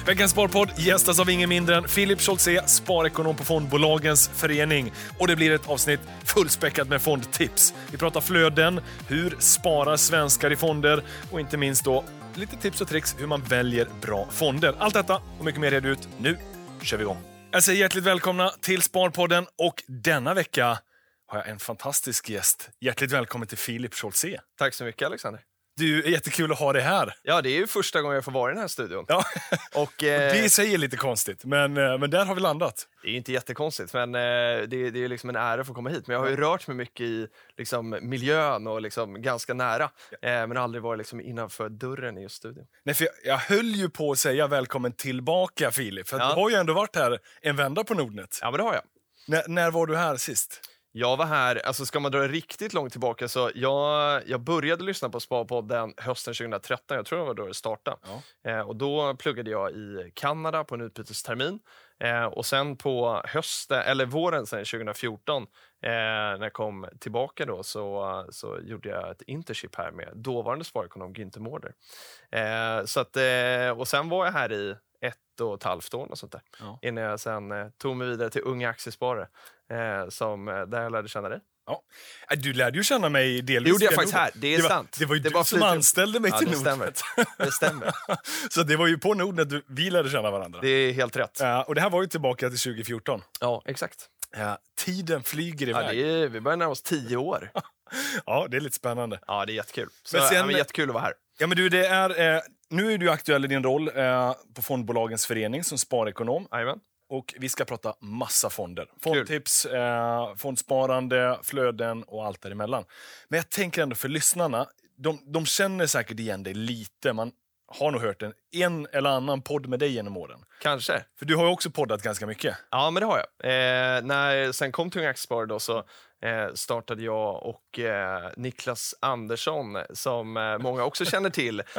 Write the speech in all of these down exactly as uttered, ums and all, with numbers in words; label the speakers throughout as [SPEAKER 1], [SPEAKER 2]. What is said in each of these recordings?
[SPEAKER 1] Veckans Sparpodd gästas av ingen mindre än Philip Scholtze, sparekonom på Fondbolagens förening. Och det blir ett avsnitt fullspäckat med fondtips. Vi pratar flöden, hur sparar svenskar i fonder och inte minst då lite tips och tricks hur man väljer bra fonder. Allt detta och mycket mer reder ut. Nu kör vi igång. Jag säger hjärtligt välkomna till Sparpodden och denna vecka har jag en fantastisk gäst. Hjärtligt välkommen till Philip Scholtze.
[SPEAKER 2] Tack så mycket, Alexander.
[SPEAKER 1] Du, är jättekul att ha dig här.
[SPEAKER 2] Ja, det är ju första gången jag får vara i den här studion.
[SPEAKER 1] Ja.
[SPEAKER 2] Och, eh,
[SPEAKER 1] det säger lite konstigt, men, eh, men där har vi landat.
[SPEAKER 2] Det är inte jättekonstigt, men eh, det, det är liksom en ära att få komma hit. Men jag har ju rört mig mycket i liksom, miljön och liksom, ganska nära. Eh, men aldrig varit liksom, innanför dörren i just studion.
[SPEAKER 1] Nej, för jag, jag höll ju på att säga välkommen tillbaka, Filip. För
[SPEAKER 2] Ja.
[SPEAKER 1] du har ju ändå varit här en vända på Nordnet.
[SPEAKER 2] Ja, men det har jag.
[SPEAKER 1] N- när var du här sist?
[SPEAKER 2] Jag var här, alltså ska man dra riktigt långt tillbaka så jag, jag började lyssna på Sparpodden hösten tjugohundratretton, jag tror det var då det startade.
[SPEAKER 1] Ja.
[SPEAKER 2] Eh, och då pluggade jag i Kanada på en utbytestermin. Eh, och sen på hösten, eller våren sen tjugohundrafjorton, eh, när jag kom tillbaka då så, så gjorde jag ett internship här med dåvarande sparekonom Günther Mårder. Eh, så att, eh, och sen var jag här i ett och ett halvt år och sånt där.
[SPEAKER 1] Ja.
[SPEAKER 2] Innan jag sen eh, tog mig vidare till Unga Aktiesparare. Eh, som, eh, där jag lärde känna dig.
[SPEAKER 1] Ja. Äh, Du lärde ju känna mig delvis.
[SPEAKER 2] Det gjorde jag
[SPEAKER 1] via
[SPEAKER 2] faktiskt
[SPEAKER 1] Nordnet.
[SPEAKER 2] här, det är
[SPEAKER 1] det var,
[SPEAKER 2] sant.
[SPEAKER 1] Det var ju
[SPEAKER 2] det
[SPEAKER 1] du
[SPEAKER 2] var
[SPEAKER 1] som
[SPEAKER 2] flitigt.
[SPEAKER 1] anställde mig
[SPEAKER 2] Ja,
[SPEAKER 1] till
[SPEAKER 2] det
[SPEAKER 1] Nordnet.
[SPEAKER 2] stämmer. Det stämmer.
[SPEAKER 1] Så det var ju på Nordnet du, vi lärde känna varandra.
[SPEAKER 2] Det är helt rätt.
[SPEAKER 1] Ja, och det här var ju tillbaka till tjugofjorton.
[SPEAKER 2] Ja, exakt.
[SPEAKER 1] Ja, tiden flyger
[SPEAKER 2] Ja,
[SPEAKER 1] iväg.
[SPEAKER 2] det är, vi börjar närma oss tio år.
[SPEAKER 1] Ja, det är lite spännande.
[SPEAKER 2] Ja, det är jättekul. Så,
[SPEAKER 1] Men sen-
[SPEAKER 2] ja, men jättekul att vara här.
[SPEAKER 1] Ja, men du, det är, eh, nu är du aktuell i din roll eh, på Fondbolagens förening som sparekonom.
[SPEAKER 2] Jajamän.
[SPEAKER 1] Och vi ska prata massa fonder. Fondtips, eh, fondsparande, flöden och allt däremellan. Men jag tänker ändå för lyssnarna, de, de känner säkert igen dig lite. Man har nog hört en, en eller annan podd med dig genom åren.
[SPEAKER 2] Kanske.
[SPEAKER 1] För du har ju också poddat ganska mycket.
[SPEAKER 2] Ja, men det har jag. Eh, när jag sen kom till Unga Aktiesparare då så eh, startade jag och eh, Niklas Andersson, som eh, många också känner till, eh,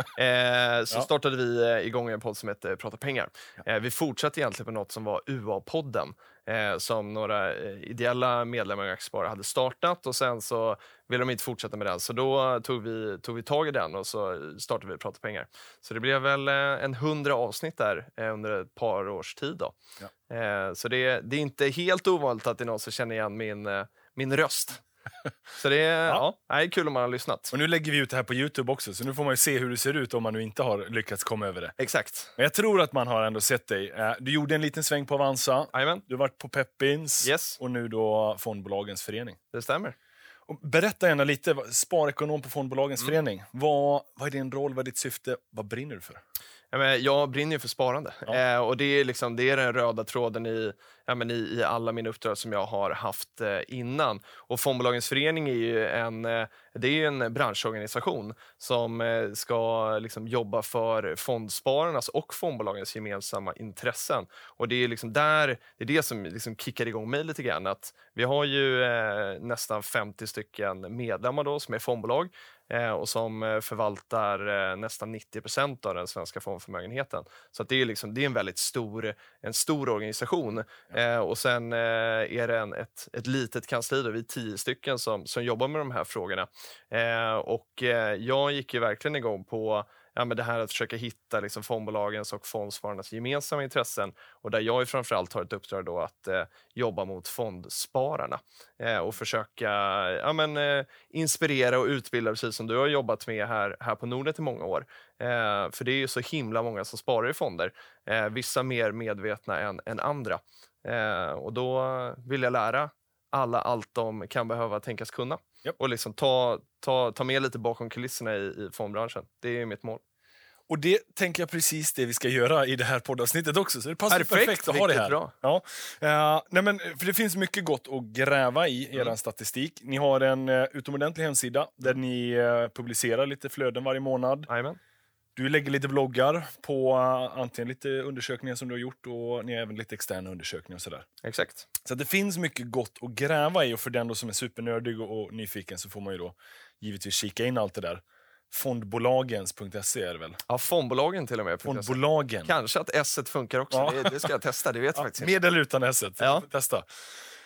[SPEAKER 2] så
[SPEAKER 1] Ja.
[SPEAKER 2] startade vi eh, igång en podd som heter Prata pengar. Eh, vi fortsatte egentligen på något som var U A-podden. Eh, som några eh, ideella medlemmar i Aktiesparare hade startat och sen så ville de inte fortsätta med den. Så då tog vi, tog vi tag i den och så startade vi Prata pengar. Så det blev väl eh, en hundra avsnitt där eh, under ett par års tid då.
[SPEAKER 1] Ja.
[SPEAKER 2] Eh, så det, det är inte helt ovanligt att det är någon som känner igen min, eh, min röst. Så det är, ja. Ja, det är kul om man har lyssnat.
[SPEAKER 1] Och nu lägger vi ut det här på YouTube också, så nu får man ju se hur det ser ut om man nu inte har lyckats komma över det.
[SPEAKER 2] Exakt.
[SPEAKER 1] Men jag tror att man har ändå sett dig. Eh, Du gjorde en liten sväng på Avanza.
[SPEAKER 2] Jajamän,
[SPEAKER 1] Du har varit på Peppins
[SPEAKER 2] Yes.
[SPEAKER 1] och nu då Fondbolagens förening.
[SPEAKER 2] det stämmer.
[SPEAKER 1] Och berätta gärna lite, vad- sparekonom på Fondbolagens
[SPEAKER 2] Mm.
[SPEAKER 1] förening. Vad, vad är din roll, vad är ditt syfte, vad brinner du för?
[SPEAKER 2] Ja, men jag brinner ju för sparande.
[SPEAKER 1] Ja.
[SPEAKER 2] Eh, och det är, liksom, det är den röda tråden i, ja, men i, i alla mina uppdrag som jag har haft eh, innan. Och Fondbolagens förening är ju en, eh, det är ju en branschorganisation som eh, ska liksom, jobba för fondspararnas och fondbolagens gemensamma intressen. Och det är liksom där, det är det som liksom kickar igång mig lite grann. Att vi har ju eh, nästan femtio stycken medlemmar då, som är fondbolag. Eh, och som eh, förvaltar eh, nästan nittio procent av den svenska fondförmögenheten. Så att det, är liksom, det är en väldigt stor, en stor organisation. Eh, och sen eh, är det en, ett, ett litet kansli, då, vi är tio stycken som, som jobbar med de här frågorna. Eh, och eh, jag gick ju verkligen igång på ja, men det här att försöka hitta liksom, fondbolagens och fondspararnas gemensamma intressen. Och där jag ju framförallt har ett uppdrag då att eh, jobba mot fondspararna. Eh, och försöka ja, men, eh, inspirera och utbilda, precis som du har jobbat med här, här på Nordnet i många år. Eh, för det är ju så himla många som sparar i fonder. Eh, vissa mer medvetna än, än andra. Eh, och då vill jag lära alla allt de kan behöva tänkas kunna.
[SPEAKER 1] Japp.
[SPEAKER 2] Och liksom ta, ta, ta med lite bakom kulisserna i, i fondbranschen. Det är mitt mål.
[SPEAKER 1] Och det tänker jag precis det vi ska göra i det här poddavsnittet också. Så det passar perfekt,
[SPEAKER 2] Perfekt,
[SPEAKER 1] perfekt att ha det
[SPEAKER 2] riktigt
[SPEAKER 1] här.
[SPEAKER 2] bra.
[SPEAKER 1] Ja. Uh, nej men, för det finns mycket gott att gräva i er
[SPEAKER 2] Mm.
[SPEAKER 1] statistik. Ni har en uh, utomordentlig hemsida där ni uh, publicerar lite flöden varje månad.
[SPEAKER 2] Jajamän.
[SPEAKER 1] Du lägger lite bloggar på uh, antingen lite undersökningar som du har gjort och ni har även lite externa undersökningar och sådär.
[SPEAKER 2] Exakt.
[SPEAKER 1] Så att det finns mycket gott att gräva i och för den då som är supernördig och, och nyfiken så får man ju då givetvis kika in allt det där. Fondbolagens punkt se är det väl?
[SPEAKER 2] Ja, fondbolagen till och med.
[SPEAKER 1] Fondbolagen.
[SPEAKER 2] Kanske att S funkar också.
[SPEAKER 1] Ja.
[SPEAKER 2] Det, det ska jag testa, det vet jag
[SPEAKER 1] Ja,
[SPEAKER 2] faktiskt inte.
[SPEAKER 1] med eller utan S.
[SPEAKER 2] Ja.
[SPEAKER 1] Testa.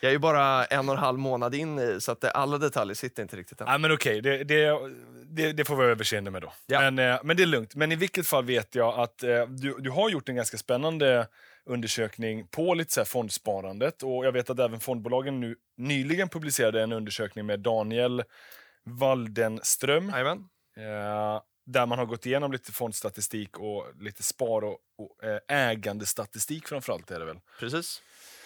[SPEAKER 2] Jag är ju bara en och en halv månad in i, så att det, alla detaljer sitter inte riktigt än.
[SPEAKER 1] Ja, men okej, det, det, det, det får vi överseende med då.
[SPEAKER 2] Ja.
[SPEAKER 1] Men, eh, men det är lugnt. Men i vilket fall vet jag att eh, du, du har gjort en ganska spännande undersökning på lite så här fondsparandet. Och jag vet att även fondbolagen nu nyligen publicerade en undersökning med Daniel Waldenström.
[SPEAKER 2] Jajamän.
[SPEAKER 1] Eh, där man har gått igenom lite fondstatistik och lite spar- och, och eh, ägandestatistik framförallt är det väl.
[SPEAKER 2] Precis.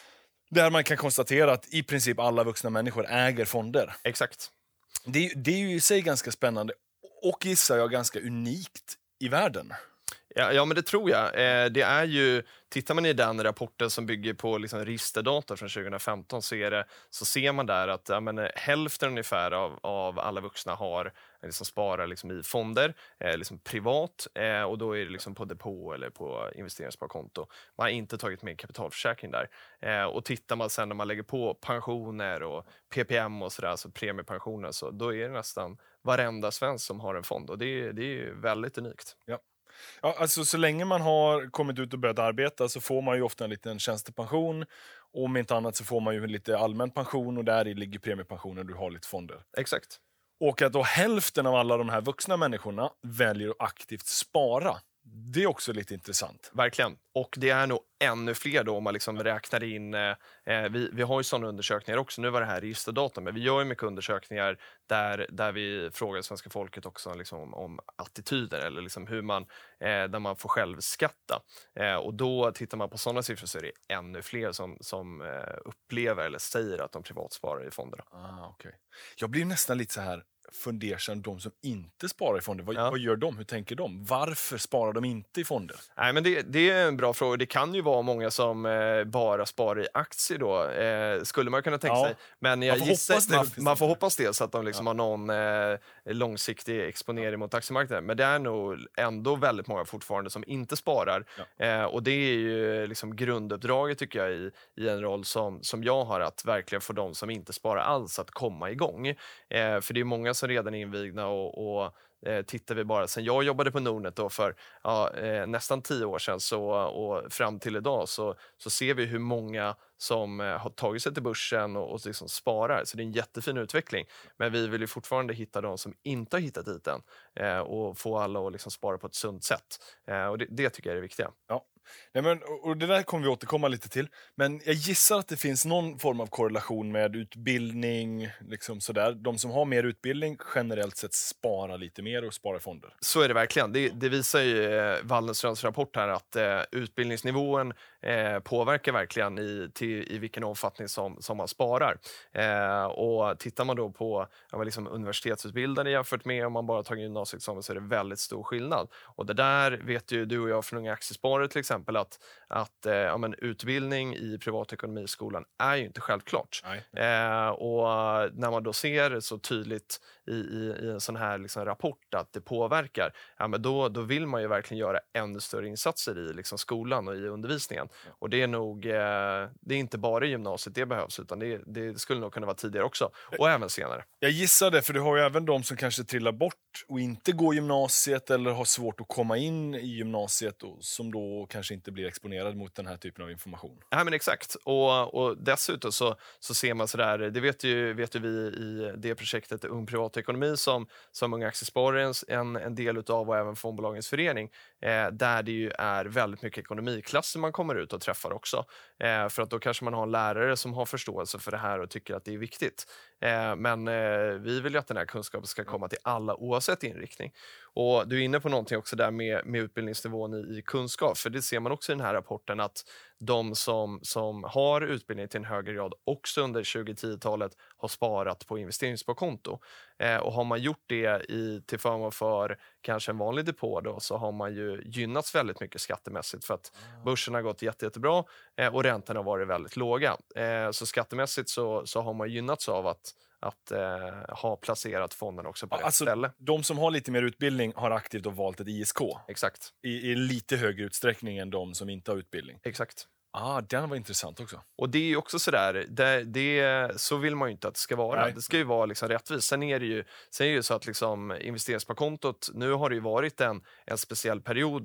[SPEAKER 1] Där man kan konstatera att i princip alla vuxna människor äger fonder.
[SPEAKER 2] Exakt.
[SPEAKER 1] Det, det är ju i sig ganska spännande och gissar jag ganska unikt i världen.
[SPEAKER 2] Ja, ja, men det tror jag. Eh, det är ju, tittar man i den rapporten som bygger på liksom registerdata från tjugo femton så, är det, så ser man där att ja, men, hälften ungefär av, av alla vuxna har liksom sparar liksom i fonder, eh, liksom privat, eh, och då är det liksom på depå eller på investeringssparkonto. Man har inte tagit med kapitalförsäkring där. Eh, och tittar man sen när man lägger på pensioner och P P M och sådär, alltså premiepensioner, så då är det nästan varenda svensk som har en fond och det, är, det är ju väldigt unikt.
[SPEAKER 1] Ja. Ja, alltså så länge man har kommit ut och börjat arbeta så får man ju ofta en liten tjänstepension, och om inte annat så får man ju en lite allmän pension och där i ligger premiepensionen och du har lite fonder.
[SPEAKER 2] Exakt.
[SPEAKER 1] Och att då hälften av alla de här vuxna människorna väljer att aktivt spara, det är också lite intressant.
[SPEAKER 2] Verkligen. Och det är nog ännu fler då om man liksom räknar in, eh, vi, vi har ju sådana undersökningar också, nu var det här registerdata, men vi gör ju mycket undersökningar där, där vi frågar svenska folket också liksom om, om attityder eller liksom hur man, eh, där man får självskatta. Eh, och då tittar man på sådana siffror så är det ännu fler som, som eh, upplever eller säger att de privatsparar i fonderna.
[SPEAKER 1] Ah, okay. Jag blir nästan lite så här fundersam, de som inte sparar i fonder. Vad,
[SPEAKER 2] Ja.
[SPEAKER 1] vad gör de? Hur tänker de? Varför sparar de inte i fonder?
[SPEAKER 2] Nej, men det, det är en bra fråga. Det kan ju vara många som eh, bara sparar i aktier då, eh, skulle man kunna tänka
[SPEAKER 1] Ja.
[SPEAKER 2] sig. Men jag
[SPEAKER 1] Man får
[SPEAKER 2] gissar,
[SPEAKER 1] hoppas det.
[SPEAKER 2] man, man får hoppas det så att de liksom
[SPEAKER 1] Ja.
[SPEAKER 2] har någon eh, långsiktig exponering mot aktiemarknaden. Men det är nog ändå väldigt många fortfarande som inte sparar.
[SPEAKER 1] Ja.
[SPEAKER 2] Eh, och det är ju liksom grunduppdraget tycker jag i, i en roll som, som jag har, att verkligen få de som inte sparar alls att komma igång. Eh, för det är många som redan är invigna och, och eh, tittar vi bara sen jag jobbade på Nordnet då för ja, eh, nästan tio år sedan så, och fram till idag så, så ser vi hur många som eh, har tagit sig till börsen och, och liksom sparar. Så det är en jättefin utveckling. Men vi vill ju fortfarande hitta de som inte har hittat dit än eh, och få alla att liksom spara på ett sunt sätt. Eh, och det, det tycker jag är det viktiga.
[SPEAKER 1] Ja. Nej, men, och det där kommer vi återkomma lite till. Men jag gissar att det finns någon form av korrelation med utbildning. Liksom sådär. De som har mer utbildning generellt sett sparar lite mer och sparar i fonder.
[SPEAKER 2] Så är det verkligen. Det, det visar ju eh, Waldenströms rapport här att eh, utbildningsnivån eh, påverkar verkligen i, till, i vilken omfattning som, som man sparar. Eh, och tittar man då på ja, liksom universitetsutbildade jämfört med om man bara tagit gymnasieexamen så är det väldigt stor skillnad. Och det där vet ju du och jag från Unga Aktiesparare till exempel att, att eh, ja, men utbildning i privatekonomi i skolan är ju inte självklart. Eh, och när man då ser så tydligt i, i, i en sån här liksom rapport att det påverkar, ja, men då, då vill man ju verkligen göra ännu större insatser i liksom skolan och i undervisningen.
[SPEAKER 1] Ja.
[SPEAKER 2] Och det är nog, eh, det är inte bara i gymnasiet det behövs utan det, det skulle nog kunna vara tidigare också och även senare.
[SPEAKER 1] Jag gissar det, för du har ju även de som kanske trillar bort och inte går gymnasiet eller har svårt att komma in i gymnasiet och som då kanske inte blir exponerad mot den här typen av information.
[SPEAKER 2] Ja, men exakt. Och, och dessutom så, så ser man sådär, det vet ju, vet ju vi i det projektet Ung Privatekonomi som, som Unga Aktiesparare en, en del utav och även Fondbolagens förening, eh, där det ju är väldigt mycket ekonomiklasser man kommer ut och träffar också. Eh, för att då kanske man har en lärare som har förståelse för det här och tycker att det är viktigt. Eh, men eh, vi vill ju att den här kunskapen ska komma till alla oavsett inriktning. Och du är inne på någonting också där med, med utbildningsnivån i, i kunskap, för det ser man också i den här rapporten att de som, som har utbildning till en högre grad också under tjugo-tio-talet har sparat på investeringssparkonto. Eh, och har man gjort det i, till förmån för kanske en vanlig depå då, så har man ju gynnats väldigt mycket skattemässigt för att börsen har gått jätte, jättebra eh, och räntorna har varit väldigt låga. Eh, så skattemässigt så, så har man gynnats av att att eh, ha placerat fonden också på
[SPEAKER 1] Ja,
[SPEAKER 2] rätt
[SPEAKER 1] alltså,
[SPEAKER 2] ställe.
[SPEAKER 1] de som har lite mer utbildning har aktivt då valt ett I S K
[SPEAKER 2] Exakt.
[SPEAKER 1] i, i lite högre utsträckning än de som inte har utbildning.
[SPEAKER 2] Exakt.
[SPEAKER 1] Ah, den var intressant också.
[SPEAKER 2] Och det är ju också sådär, det, det, så vill man ju inte att det ska vara.
[SPEAKER 1] Nej.
[SPEAKER 2] Det ska ju vara liksom rättvist. Sen är det ju, sen är det ju så att liksom investeringssparkontot, nu har det ju varit en, en speciell period där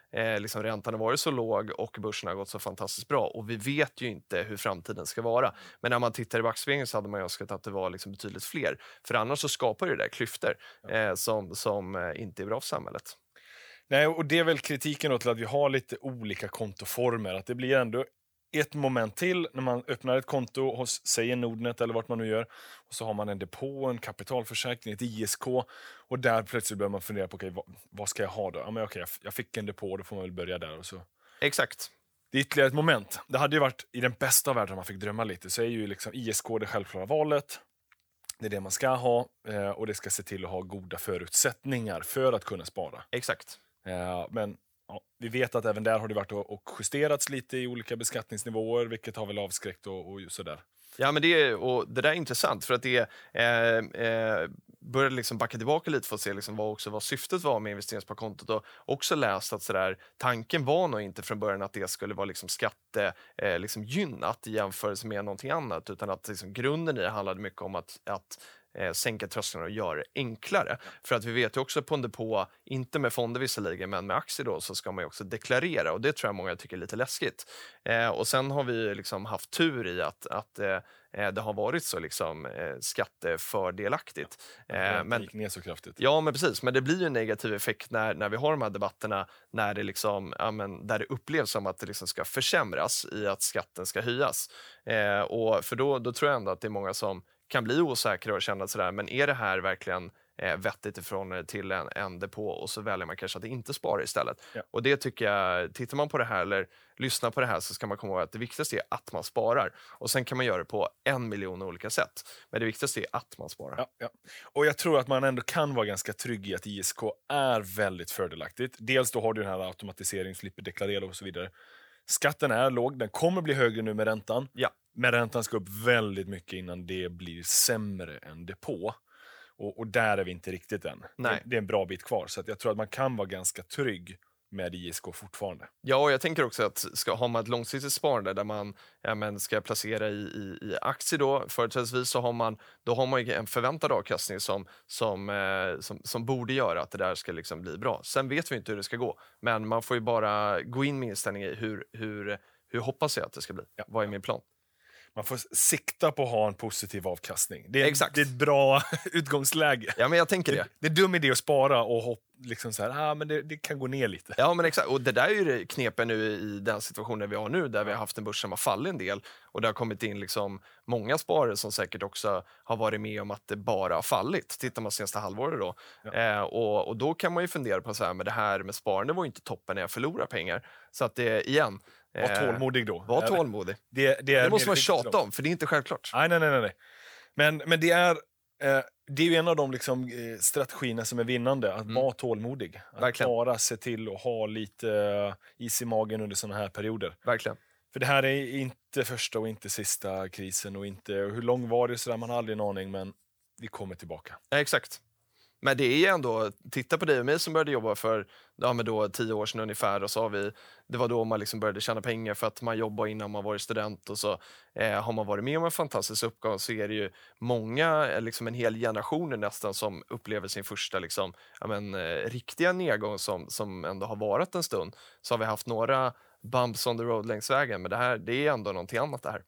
[SPEAKER 2] eh, liksom räntan har varit så låg och börsen har gått så fantastiskt bra. Och vi vet ju inte hur framtiden ska vara. Men när man tittar i backspegeln så hade man önskat att det var liksom betydligt fler. För annars så skapar det där klyftor eh, som, som eh, inte är bra för samhället.
[SPEAKER 1] Nej, och det är väl kritiken då till att vi har lite olika kontoformer. Att det blir ändå ett moment till när man öppnar ett konto hos, säg en Nordnet eller vart man nu gör. Och så har man en depå, en kapitalförsäkring, ett I S K. Och där plötsligt börjar man fundera på, okej, vad, vad ska jag ha då? Ja, men okej, jag, jag fick en depå, då får man väl börja där. Och så.
[SPEAKER 2] Exakt.
[SPEAKER 1] Det är ytterligare ett moment. Det hade ju varit, i den bästa världen om man fick drömma lite, så är ju liksom I S K det självklara valet. Det är det man ska ha eh, och det ska se till att ha goda förutsättningar för att kunna spara.
[SPEAKER 2] Exakt.
[SPEAKER 1] Eh, men ja, vi vet att även där har det varit och, och justerats lite i olika beskattningsnivåer, vilket har väl avskräckt och, och sådär.
[SPEAKER 2] Ja, men det, och det där är intressant för att det eh, eh, började liksom backa tillbaka lite för att se liksom vad, också, vad syftet var med investeringssparkontot och också läst att sådär, tanken var nog inte från början att det skulle vara liksom skatte, eh, liksom gynnat i jämförelse med någonting annat, utan att liksom grunden i det handlade mycket om att, att eh, sänka trösklarna och göra det enklare. För att vi vet ju också på en depå, inte med fonder visserligen, men med aktier då, så ska man ju också deklarera och det tror jag många tycker är lite läskigt. Eh, och sen har vi liksom haft tur i att, att eh, det har varit så liksom eh, skattefördelaktigt.
[SPEAKER 1] Eh, men gick ner så kraftigt.
[SPEAKER 2] Ja, men precis. Men det blir ju en negativ effekt när, när vi har de här debatterna när det liksom, ja, men, där det upplevs som att det liksom ska försämras i att skatten ska höjas. Eh, och för då, då tror jag ändå att det är många som kan bli osäkra och känna sådär, men är det här verkligen eh, vettigt ifrån till en, en depå, och så väljer man kanske att inte spara istället.
[SPEAKER 1] Ja.
[SPEAKER 2] Och det tycker jag, tittar man på det här eller lyssnar på det här, så ska man komma ihåg att det viktigaste är att man sparar. Och sen kan man göra det på en miljon olika sätt. Men det viktigaste är att man sparar.
[SPEAKER 1] Ja, ja. Och jag tror att man ändå kan vara ganska trygg i att I S K är väldigt fördelaktigt. Dels då har du den här automatiseringen, slipper deklarera och så vidare. Skatten är låg, den kommer bli högre nu med räntan.
[SPEAKER 2] Ja.
[SPEAKER 1] Men räntan ska upp väldigt mycket innan det blir sämre än depå. Och, och där är vi inte riktigt än.
[SPEAKER 2] Nej.
[SPEAKER 1] Det, det är en bra bit kvar, så att jag tror att man kan vara ganska trygg med I S K fortfarande.
[SPEAKER 2] Ja, och jag tänker också att ska, har man ett långsiktigt sparande där man ja, men ska placera i, i, i aktier då, företrädesvis, så har man, då har man ju en förväntad avkastning som, som, eh, som, som borde göra att det där ska liksom bli bra. Sen vet vi inte hur det ska gå, men man får ju bara gå in med inställning i hur, hur, hur hoppas jag att det ska bli? Ja. Vad är min plan?
[SPEAKER 1] Man får sikta på att ha en positiv avkastning. Det är,
[SPEAKER 2] Exakt.
[SPEAKER 1] Det är ett bra utgångsläge.
[SPEAKER 2] Ja, men jag tänker det.
[SPEAKER 1] Det, det är dum idé att spara och hopp, liksom så här, ah, men det, det kan gå ner lite.
[SPEAKER 2] Ja, men exakt. Och det där är ju det knepen nu i den situationen vi har nu, där vi har haft en börs som har fallit en del och det har kommit in liksom många sparare som säkert också har varit med om att det bara har fallit. Tittar man senaste halvåret då.
[SPEAKER 1] Ja.
[SPEAKER 2] Eh, och, och då kan man ju fundera på så här, men det här med sparande var ju inte toppen när jag förlorar pengar. Så att det, igen.
[SPEAKER 1] Var tålmodig då.
[SPEAKER 2] Var tålmodig.
[SPEAKER 1] Det, det, är
[SPEAKER 2] det måste man
[SPEAKER 1] tjata
[SPEAKER 2] tjata om, för det är inte självklart.
[SPEAKER 1] Nej, nej, nej. nej. Men, men det är... Eh, det är ju en av de liksom, eh, strategierna som är vinnande, att mm. vara tålmodig. Att
[SPEAKER 2] Verkligen.
[SPEAKER 1] bara se till att ha lite eh, is i magen under såna här perioder.
[SPEAKER 2] Verkligen.
[SPEAKER 1] För det här är inte första och inte sista krisen och inte hur lång var det, så där, man har aldrig en aning, men vi kommer tillbaka.
[SPEAKER 2] Ja, exakt. Men det är ju ändå, titta på dig och mig som började jobba för ja, men då, tio år sedan ungefär, och så har vi, det var då man liksom började tjäna pengar för att man jobbade innan man var student, och så eh, har man varit med om en fantastisk uppgång, så är det ju många, liksom en hel generation nästan, som upplever sin första liksom, ja, men, eh, riktiga nedgång som, som ändå har varit en stund. Så har vi haft några bumps on the road längs vägen, men det här, det är ändå någonting annat det här.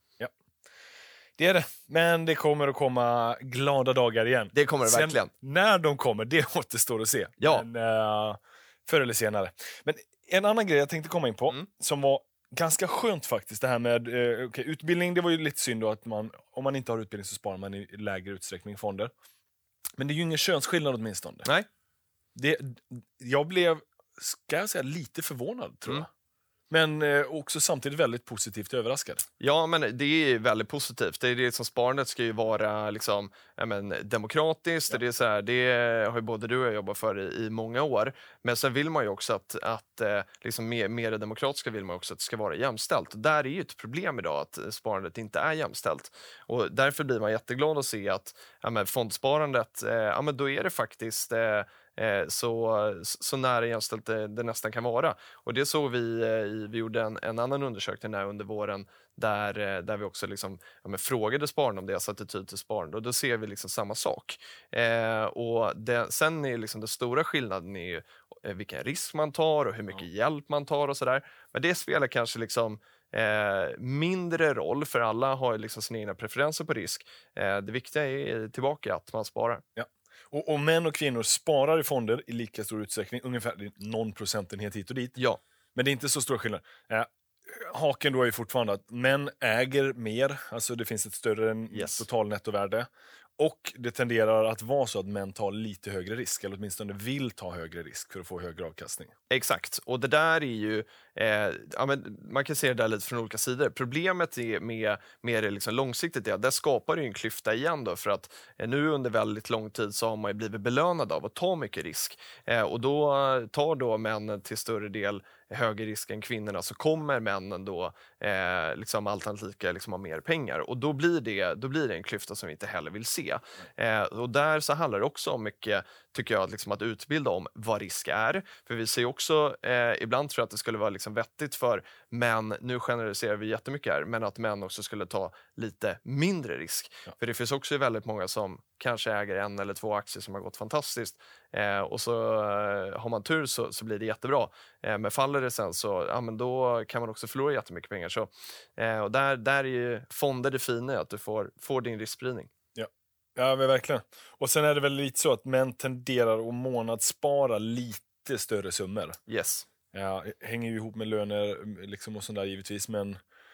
[SPEAKER 1] Det är det, men det kommer att komma glada dagar igen.
[SPEAKER 2] Det kommer det
[SPEAKER 1] Sen,
[SPEAKER 2] verkligen.
[SPEAKER 1] När de kommer, det återstår att se.
[SPEAKER 2] Ja.
[SPEAKER 1] Men, uh, förr eller senare. Men en annan grej jag tänkte komma in på, mm. som var ganska skönt faktiskt, det här med uh, okay, utbildning. Det var ju lite synd då att man, om man inte har utbildning så sparar man i lägre utsträckning fonder. Men det är ju ingen könsskillnad åtminstone.
[SPEAKER 2] Nej.
[SPEAKER 1] Det, jag blev, ska jag säga, lite förvånad, tror
[SPEAKER 2] mm.
[SPEAKER 1] jag. Men eh, också samtidigt väldigt positivt överraskad.
[SPEAKER 2] Ja, men det är väldigt positivt. Det är det som sparandet ska ju vara liksom, ja, men, demokratiskt. Ja. Det är så här, det har ju både du och jag jobbat för i, i många år. Men sen vill man ju också att, att eh, liksom mer, mer demokratiska vill man också att det ska vara jämställt. Och där är ju ett problem idag att sparandet inte är jämställt. Och därför blir man jätteglad att se att ja, men, fondsparandet, eh, ja, men då är det faktiskt eh, Så, så nära jämställt det, det nästan kan vara. Och det såg vi i, vi gjorde en, en annan undersökning där under våren där, där vi också liksom, ja, men frågade spararna om deras attityd till sparande, och då ser vi liksom samma sak. Eh, och det, sen är liksom den stora skillnaden är ju eh, vilken risk man tar och hur mycket ja. hjälp man tar och sådär. Men det spelar kanske liksom eh, mindre roll, för alla har liksom sina egna preferenser på risk. Eh, det viktiga är tillbaka att man sparar.
[SPEAKER 1] Ja. Och, och män och kvinnor sparar i fonder i lika stor utsträckning, ungefär någon procentenhet hit och dit.
[SPEAKER 2] Ja.
[SPEAKER 1] Men det är inte så stor skillnad. Eh, haken då är ju fortfarande att män äger mer, alltså det finns ett större
[SPEAKER 2] yes.
[SPEAKER 1] totalnettovärde. Och det tenderar att vara så att män tar lite högre risk, eller åtminstone vill ta högre risk för att få högre avkastning.
[SPEAKER 2] Exakt, och det där är ju, eh, ja, men man kan se det där lite från olika sidor. Problemet är med, med det liksom långsiktigt är att där skapar det ju en klyfta igen då, för att eh, nu under väldigt lång tid så har man ju blivit belönad av att ta mycket risk. Eh, och då tar då männen till större del högre risk än kvinnorna, så kommer männen då eh, liksom allt lika liksom ha mer pengar, och då blir, det, då blir det en klyfta som vi inte heller vill se. Eh, och där så handlar det också om mycket, tycker jag, liksom att utbilda om vad risk är, för vi ser också, eh, ibland tror jag att det skulle vara liksom vettigt för män, nu generaliserar vi jättemycket här, men att män också skulle ta lite mindre risk. Ja. För det finns också väldigt många som kanske äger en eller två aktier som har gått fantastiskt, eh, och så eh, har man tur så, så blir det jättebra. Eh, men faller det sen så, ja, men då kan man också förlora jättemycket pengar. Så, eh, och där, där är ju fonder det fina, att du får, får din riskspridning.
[SPEAKER 1] Ja. Ja, men verkligen. Och sen är det väl lite så att män tenderar att månadsspara lite större summor.
[SPEAKER 2] Yes.
[SPEAKER 1] Ja, hänger ju ihop med löner liksom och sånt där givetvis, men,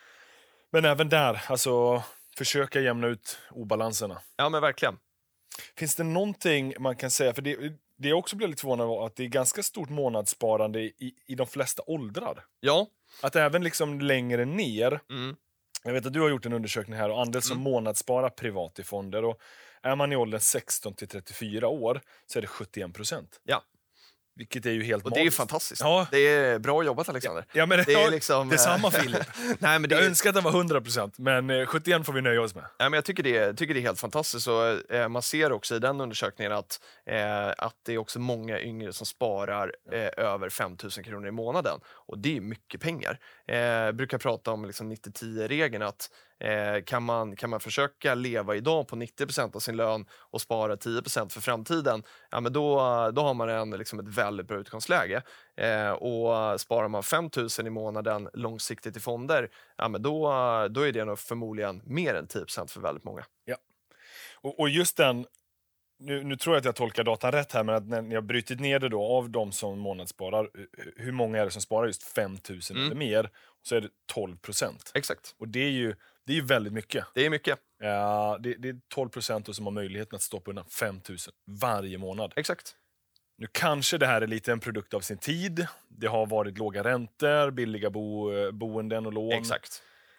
[SPEAKER 1] men även där, alltså försöka jämna ut obalanserna.
[SPEAKER 2] Ja, men verkligen.
[SPEAKER 1] Finns det någonting man kan säga, för det, det är också blivit lite förvånad av att det är ganska stort månadssparande i, i de flesta åldrar.
[SPEAKER 2] Ja.
[SPEAKER 1] Att även liksom längre ner,
[SPEAKER 2] mm.
[SPEAKER 1] jag vet att du har gjort en undersökning här och andel som mm. månadssparar privat i fonder, och är man i åldern sexton till trettiofyra år så är det sjuttioen procent.
[SPEAKER 2] Ja.
[SPEAKER 1] Vilket är ju helt
[SPEAKER 2] Och det är ju fantastiskt.
[SPEAKER 1] Ja.
[SPEAKER 2] Det är bra jobbat, Alexander.
[SPEAKER 1] Ja, men det,
[SPEAKER 2] det är
[SPEAKER 1] ja,
[SPEAKER 2] liksom,
[SPEAKER 1] det är samma Filip.
[SPEAKER 2] Nej, men det
[SPEAKER 1] jag
[SPEAKER 2] är...
[SPEAKER 1] önskar att det var hundra procent, men sjuttioen får vi nöja oss med.
[SPEAKER 2] Ja, men jag tycker det, tycker det är helt fantastiskt. Och, eh, man ser också i den undersökningen att, eh, att det är också många yngre som sparar eh, över fem tusen kronor i månaden. Och det är mycket pengar. Eh, jag brukar prata om liksom nittio tio-regeln, att Eh, kan, man, kan man försöka leva idag på nittio procent av sin lön och spara tio procent för framtiden, ja, men då, då har man en, liksom ett väldigt bra utgångsläge. Eh, och sparar man fem tusen i månaden långsiktigt i fonder, ja, men då, då är det nog förmodligen mer än tio procent för väldigt många.
[SPEAKER 1] Ja. Och, och just den, nu, nu tror jag att jag tolkar datan rätt här, men att när ni har brytit ner det då av de som månadssparar, hur många är det som sparar just fem tusen mm. eller mer, så är det tolv procent.
[SPEAKER 2] Exakt.
[SPEAKER 1] Och det är ju Det är ju väldigt mycket.
[SPEAKER 2] Det är mycket.
[SPEAKER 1] Ja, det, det är tolv procent som har möjligheten att stoppa undan fem tusen varje månad.
[SPEAKER 2] Exakt.
[SPEAKER 1] Nu kanske det här är lite en produkt av sin tid. Det har varit låga räntor, billiga bo, boenden och lån.
[SPEAKER 2] Exakt.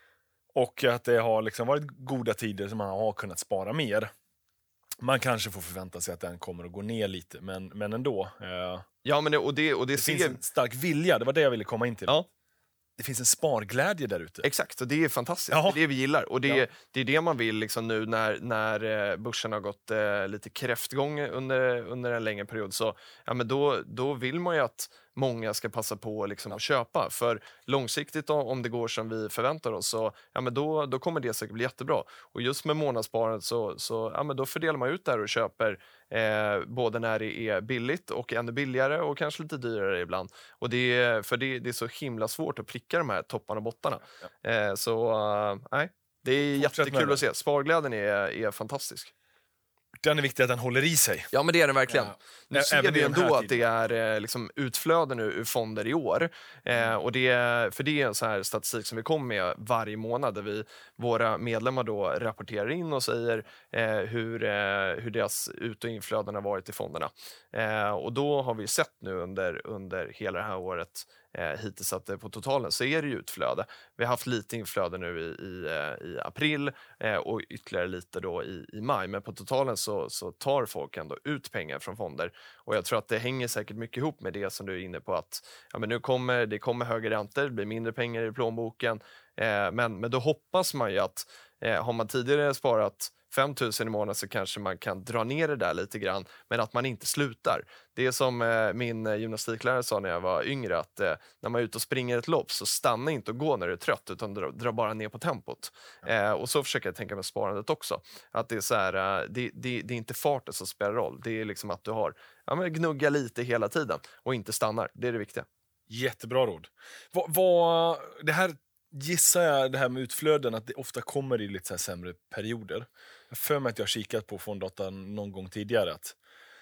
[SPEAKER 1] Och att det har liksom varit goda tider som man har kunnat spara mer. Man kanske får förvänta sig att den kommer att gå ner lite, men, men ändå. Eh,
[SPEAKER 2] ja, men det, och det, och det,
[SPEAKER 1] det
[SPEAKER 2] ser...
[SPEAKER 1] finns en stark vilja, det var det jag ville komma in till.
[SPEAKER 2] Ja.
[SPEAKER 1] Det finns en sparglädje där ute.
[SPEAKER 2] Exakt, och det är fantastiskt.
[SPEAKER 1] Jaha.
[SPEAKER 2] Det är det vi gillar. Och det,
[SPEAKER 1] Ja.
[SPEAKER 2] det är det man vill liksom nu när, när börsen har gått eh, lite kräftgång under, under en längre period. Så, ja, men då, då vill man ju att många ska passa på liksom att köpa. För långsiktigt, om det går som vi förväntar oss, så ja, men då, då kommer det säkert bli jättebra. Och just med månadssparandet så, så ja, men då fördelar man ut det här och köper eh, både när det är billigt och ännu billigare och kanske lite dyrare ibland. Och det är, för det, det är så himla svårt att pricka de här topparna och bottarna. Ja. Eh, så uh, nej, det är
[SPEAKER 1] Fortsätt
[SPEAKER 2] jättekul att se. Sparglädjen är, är fantastisk.
[SPEAKER 1] Den är viktig att den håller i sig.
[SPEAKER 2] Ja, men det är den verkligen.
[SPEAKER 1] Ja.
[SPEAKER 2] Nu
[SPEAKER 1] Ä-
[SPEAKER 2] ser
[SPEAKER 1] även
[SPEAKER 2] vi
[SPEAKER 1] i de
[SPEAKER 2] ändå
[SPEAKER 1] här
[SPEAKER 2] att det är eh, liksom utflöden ur, ur fonder i år. Eh, och det, för det är en sån här statistik som vi kommer med varje månad, där vi, våra medlemmar då rapporterar in och säger eh, hur, eh, hur deras ut- och inflöden har varit i fonderna. Eh, och då har vi sett nu under, under hela det här året eh, hittills att det på totalen så är det ju utflöde. Vi har haft lite inflöde nu i, i, i april eh, och ytterligare lite då i, i maj, men på totalen så, så tar folk ändå ut pengar från fonder. Och jag tror att det hänger säkert mycket ihop med det som du är inne på, att ja, men nu kommer det kommer högre räntor, det blir mindre pengar i plånboken, eh, men, men då hoppas man ju att eh, har man tidigare sparat fem tusen i månaden så kanske man kan dra ner det där lite grann, men att man inte slutar. Det är som eh, min eh, gymnastiklärare sa när jag var yngre, att eh, när man är ute och springer ett lopp så stanna inte och gå när du är trött, utan dra, dra bara ner på tempot. Eh, och så försöker jag tänka med sparandet också. Att det är så här, eh, det, det, det är inte farten som spelar roll, det är liksom att du har, ja, men gnugga lite hela tiden och inte stannar, det är det viktiga.
[SPEAKER 1] Jättebra råd. Vad, vad, det här gissar jag, det här med utflöden, att det ofta kommer i lite så här sämre perioder. Jag för mig att jag har kikat på Fonddata någon gång tidigare att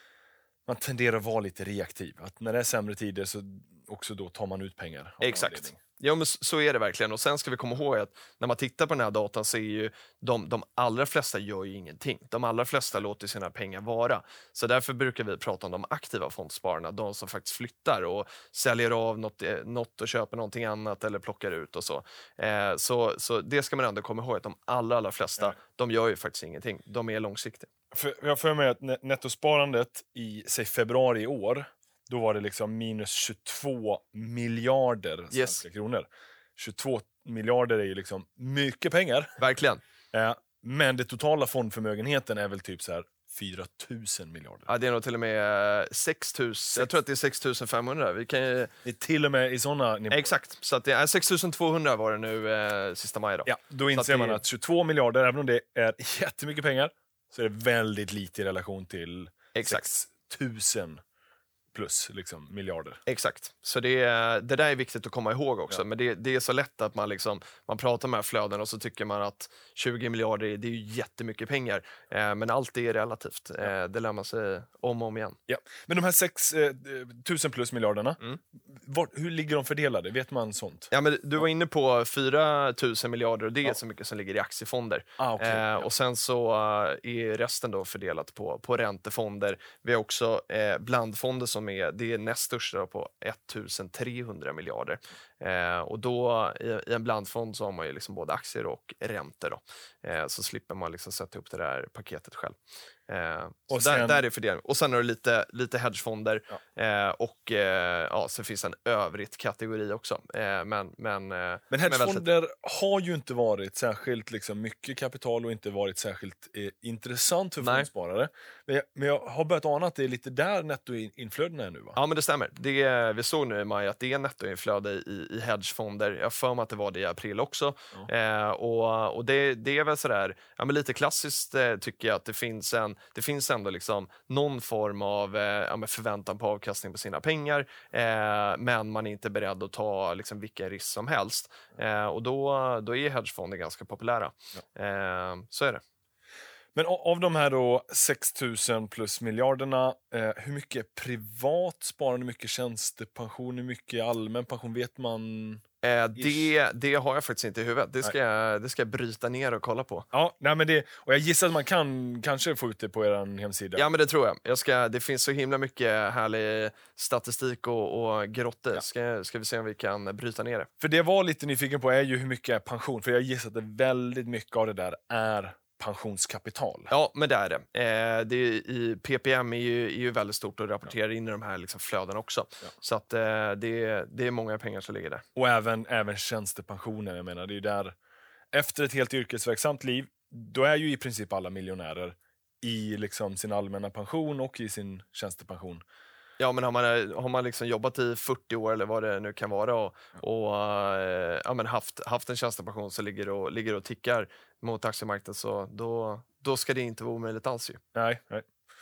[SPEAKER 1] man tenderar att vara lite reaktiv. Att när det är sämre tider så också då tar man ut pengar.
[SPEAKER 2] Exakt. Ja, men så är det verkligen. Och sen ska vi komma ihåg att när man tittar på den här datan så är ju de, de allra flesta gör ju ingenting. De allra flesta låter sina pengar vara. Så därför brukar vi prata om de aktiva fondspararna, de som faktiskt flyttar och säljer av något, något och köper någonting annat eller plockar ut och så. Eh, så. Så det ska man ändå komma ihåg, att de allra, allra flesta, ja. de gör ju faktiskt ingenting. De är långsiktiga.
[SPEAKER 1] För, jag får mig att nettosparandet i säg, februari i år, då var det liksom minus tjugotvå miljarder svenska
[SPEAKER 2] yes.
[SPEAKER 1] kronor. tjugotvå miljarder är ju liksom mycket pengar.
[SPEAKER 2] Verkligen.
[SPEAKER 1] Eh, men det totala fondförmögenheten är väl typ så här fyra tusen miljarder.
[SPEAKER 2] Ja, det är nog till och med sex tusen. Jag tror att det är sex tusen femhundra. Vi kan ju...
[SPEAKER 1] Det är till och med i sådana nivåer.
[SPEAKER 2] Exakt, så att det är sex tusen tvåhundra var det nu eh, sista maj då.
[SPEAKER 1] Ja, då inser
[SPEAKER 2] att
[SPEAKER 1] man
[SPEAKER 2] det...
[SPEAKER 1] att tjugotvå miljarder, även om det är jättemycket pengar, så är det väldigt lite i relation till
[SPEAKER 2] Exakt.
[SPEAKER 1] sex tusen plus liksom, miljarder.
[SPEAKER 2] Exakt, så det, det där är viktigt att komma ihåg också.
[SPEAKER 1] Ja.
[SPEAKER 2] Men det, det är så lätt att man, liksom, man pratar med flöden och så tycker man att tjugo miljarder, det är ju jättemycket pengar. Eh, men allt det är relativt.
[SPEAKER 1] Ja.
[SPEAKER 2] Eh, det lär man sig om och om igen.
[SPEAKER 1] Ja. Men de här sex tusen plus miljarderna,
[SPEAKER 2] Mm.
[SPEAKER 1] var, hur ligger de fördelade? Vet man sånt?
[SPEAKER 2] Ja, men du var inne på fyra tusen miljarder och det är
[SPEAKER 1] Ja.
[SPEAKER 2] så mycket som ligger i aktiefonder.
[SPEAKER 1] Ah, okay.
[SPEAKER 2] eh,
[SPEAKER 1] ja.
[SPEAKER 2] Och sen så uh, är resten då fördelat på, på räntefonder. Vi har också eh, blandfonder som är, det är näst största då, på ettusentrehundra miljarder. Eh, och då i, i en blandfond så har man ju liksom både aktier och räntor då. Eh, så slipper man liksom sätta upp det där paketet själv. Eh, och sen, där, där är fördelning. Och sen har du lite, lite hedgefonder
[SPEAKER 1] ja.
[SPEAKER 2] eh, och eh, ja, så finns en övrigt kategori också. Eh, men, men,
[SPEAKER 1] men hedgefonder men har ju inte varit särskilt liksom, mycket kapital och inte varit särskilt eh, intressant för
[SPEAKER 2] Nej.
[SPEAKER 1] fondsparare. Men jag, men jag har börjat ana att det är lite där nettoinflödena är nu, va?
[SPEAKER 2] Ja, men det stämmer. Det, vi såg nu i maj att det är nettoinflöde i, i hedgefonder. Jag för mig att det var det i april också. Ja. Eh, och och det, det är väl sådär, ja, men lite klassiskt eh, tycker jag att det finns en det finns ändå liksom någon form av eh, ja, men förväntan på avkastning på sina pengar, eh, men man är inte beredd att ta liksom vilka risk som helst. Eh, och då, då är hedgefonder ganska populära. Ja. Eh, så är det.
[SPEAKER 1] Men av de här då sex tusen plus miljarderna, eh, hur mycket är privat sparande, hur mycket tjänstepension, hur mycket allmän pension, vet man?
[SPEAKER 2] Eh, det, det har jag faktiskt inte i huvudet. Det ska, jag, det ska jag bryta ner och kolla på.
[SPEAKER 1] Ja, nej, men det, och jag gissar att man kan kanske få ut det på er hemsida.
[SPEAKER 2] Ja, men det tror jag. jag ska, det finns så himla mycket härlig statistik och, och grottor. Ja. Ska, ska vi se om vi kan bryta ner det.
[SPEAKER 1] För det jag var lite nyfiken på är ju hur mycket är pension. För jag gissar att det väldigt mycket av det där är pensionskapital.
[SPEAKER 2] Ja, men det är det. Eh, det är, i P P M är ju, är ju väldigt stort och rapporterar ja. in i de här liksom flöden också. Ja. Så att, eh, det, det är många pengar som ligger där.
[SPEAKER 1] Och även, även tjänstepensioner, jag menar. Det är ju där, efter ett helt yrkesverksamt liv, då är ju i princip alla miljonärer i liksom sin allmänna pension och i sin tjänstepension.
[SPEAKER 2] Ja, men har man, har man liksom jobbat i fyrtio år eller vad det nu kan vara och, och uh, ja, men haft, haft en tjänstepension så ligger och, ligger och tickar mot aktiemarknaden, så då, då ska det inte vara omöjligt alls ju.
[SPEAKER 1] Nej, nej.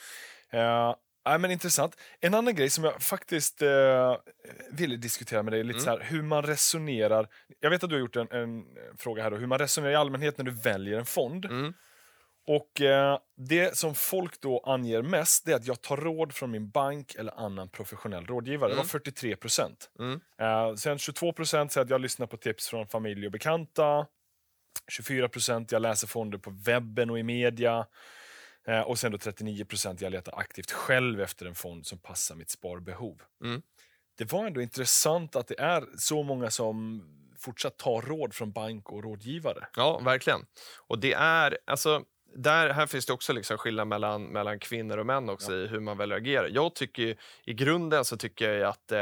[SPEAKER 1] Uh, nej, men intressant. En annan grej som jag faktiskt uh, ville diskutera med dig är lite mm. så här, hur man resonerar. Jag vet att du har gjort en, en fråga här då, hur man resonerar i allmänhet när du väljer en fond.
[SPEAKER 2] Mm.
[SPEAKER 1] Och eh, det som folk då anger mest, det är att jag tar råd från min bank eller annan professionell rådgivare. Mm. Det var fyrtiotre procent. Mm. Eh, sen tjugotvå procent säger att jag lyssnar på tips från familj och bekanta. tjugofyra procent jag läser fonder på webben och i media. Eh, och sen då trettionio procent jag letar aktivt själv efter en fond som passar mitt sparbehov. Mm. Det var ändå intressant att det är så många som fortsatt tar råd från bank och rådgivare.
[SPEAKER 2] Ja, verkligen. Och det är, alltså... Där, här finns det också liksom skillnad mellan, mellan kvinnor och män också, ja. i hur man väljer att agera. Jag tycker, i grunden så tycker jag att eh, det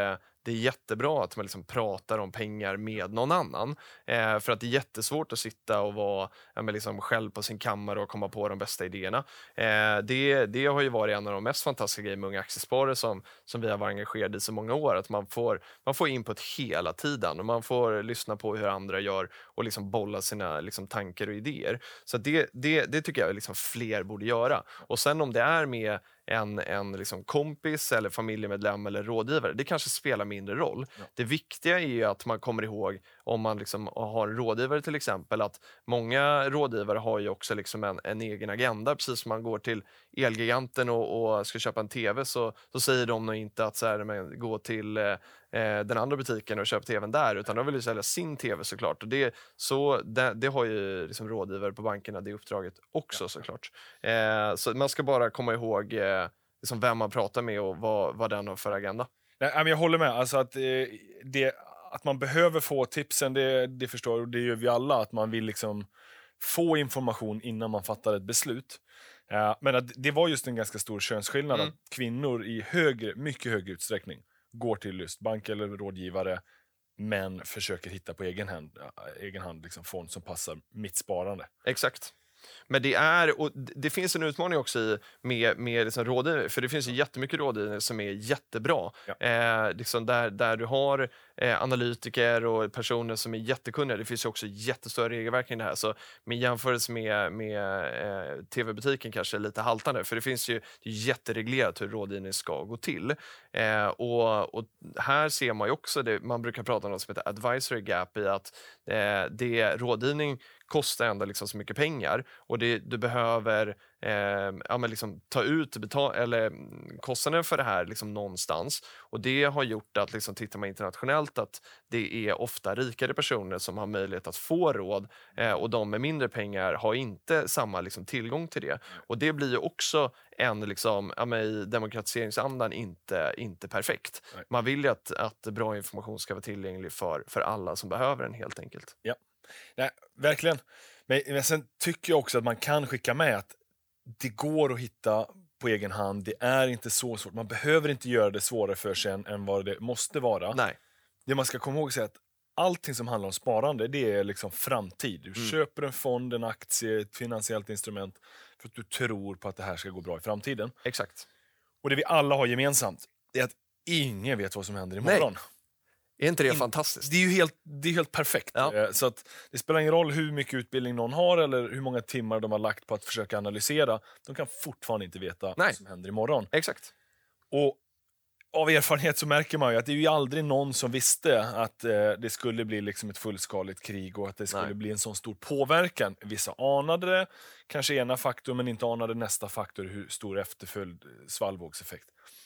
[SPEAKER 2] det är jättebra att man liksom pratar om pengar med någon annan. Eh, för att det är jättesvårt att sitta och vara ja, men liksom själv på sin kammare och komma på de bästa idéerna. Eh, det, det har ju varit en av de mest fantastiska grejerna med Unga Aktiesparare som, som vi har varit engagerade i så många år. Att man får, man får input hela tiden och man får lyssna på hur andra gör och liksom bolla sina liksom, tankar och idéer. Så det, det, det tycker jag liksom fler borde göra. Och sen om det är med en, en liksom kompis eller familjemedlem eller rådgivare, det kanske spelar mindre roll. Ja. Det viktiga är ju att man kommer ihåg, om man liksom har en rådgivare till exempel, att många rådgivare har ju också liksom en, en egen agenda. Precis som man går till Elgiganten och, och ska köpa en tv, så, så säger de nog inte att så här, men, gå till eh, den andra butiken och köpa tvn där, utan de vill ju sälja sin tv såklart. Och det, så, det, det har ju liksom rådgivare på bankerna det uppdraget också. Ja. Såklart. Eh, så man ska bara komma ihåg eh, liksom vem man pratar med och vad, vad den har för agenda.
[SPEAKER 1] Nej, men jag håller med. Alltså att, eh, det, att man behöver få tipsen, det, det förstår och det gör vi alla. Att man vill liksom få information innan man fattar ett beslut. Eh, men att det var just en ganska stor könsskillnad. Mm. Att kvinnor i högre, mycket högre utsträckning går till just bank eller rådgivare, men försöker hitta på egen hand, egen hand liksom fond som passar mitt sparande.
[SPEAKER 2] Exakt. Men det är, och det finns en utmaning också i, med, med liksom rådgivare, för det finns ju jättemycket rådgivare som är jättebra. Ja. Eh, liksom där, där du har eh, analytiker och personer som är jättekunniga. Det finns ju också jättestora regelverk i det här. Så med jämförelse med, med eh, tv-butiken kanske är lite haltande, för det finns ju det är jättereglerat hur rådgivning ska gå till. Eh, och, och här ser man ju också, det, man brukar prata om något som heter advisory gap, i att eh, det rådgivning kostar ändå liksom så mycket pengar och det, du behöver eh, ja, men liksom ta ut betal- eller kostnaden för det här liksom någonstans, och det har gjort att liksom, tittar man internationellt, att det är ofta rikare personer som har möjlighet att få råd eh, och de med mindre pengar har inte samma liksom, tillgång till det, och det blir ju också en liksom, ja, men i demokratiseringsandan inte, inte perfekt. Nej. Man vill ju att, att bra information ska vara tillgänglig för, för alla som behöver den helt enkelt.
[SPEAKER 1] Ja. Nej, verkligen. Men, men sen tycker jag också att man kan skicka med att det går att hitta på egen hand. Det är inte så svårt. Man behöver inte göra det svårare för sig än, än vad det måste vara.
[SPEAKER 2] Nej.
[SPEAKER 1] Det man ska komma ihåg är att allting som handlar om sparande, det är liksom framtid. Du mm. köper en fond, en aktie, ett finansiellt instrument för att du tror på att det här ska gå bra i framtiden.
[SPEAKER 2] Exakt.
[SPEAKER 1] Och det vi alla har gemensamt är att ingen vet vad som händer imorgon.
[SPEAKER 2] Nej. Är inte det In, fantastiskt?
[SPEAKER 1] Det är ju helt, det är helt perfekt.
[SPEAKER 2] Ja.
[SPEAKER 1] Så att det spelar ingen roll hur mycket utbildning någon har eller hur många timmar de har lagt på att försöka analysera. De kan fortfarande inte veta Nej. vad som händer imorgon.
[SPEAKER 2] Exakt.
[SPEAKER 1] Och av erfarenhet så märker man ju att det är ju aldrig någon som visste att eh, det skulle bli liksom ett fullskaligt krig och att det skulle Nej. bli en sån stor påverkan. Vissa anade det, kanske ena faktor, men inte anade nästa faktor, hur stor efterföljd svallvågseffekt.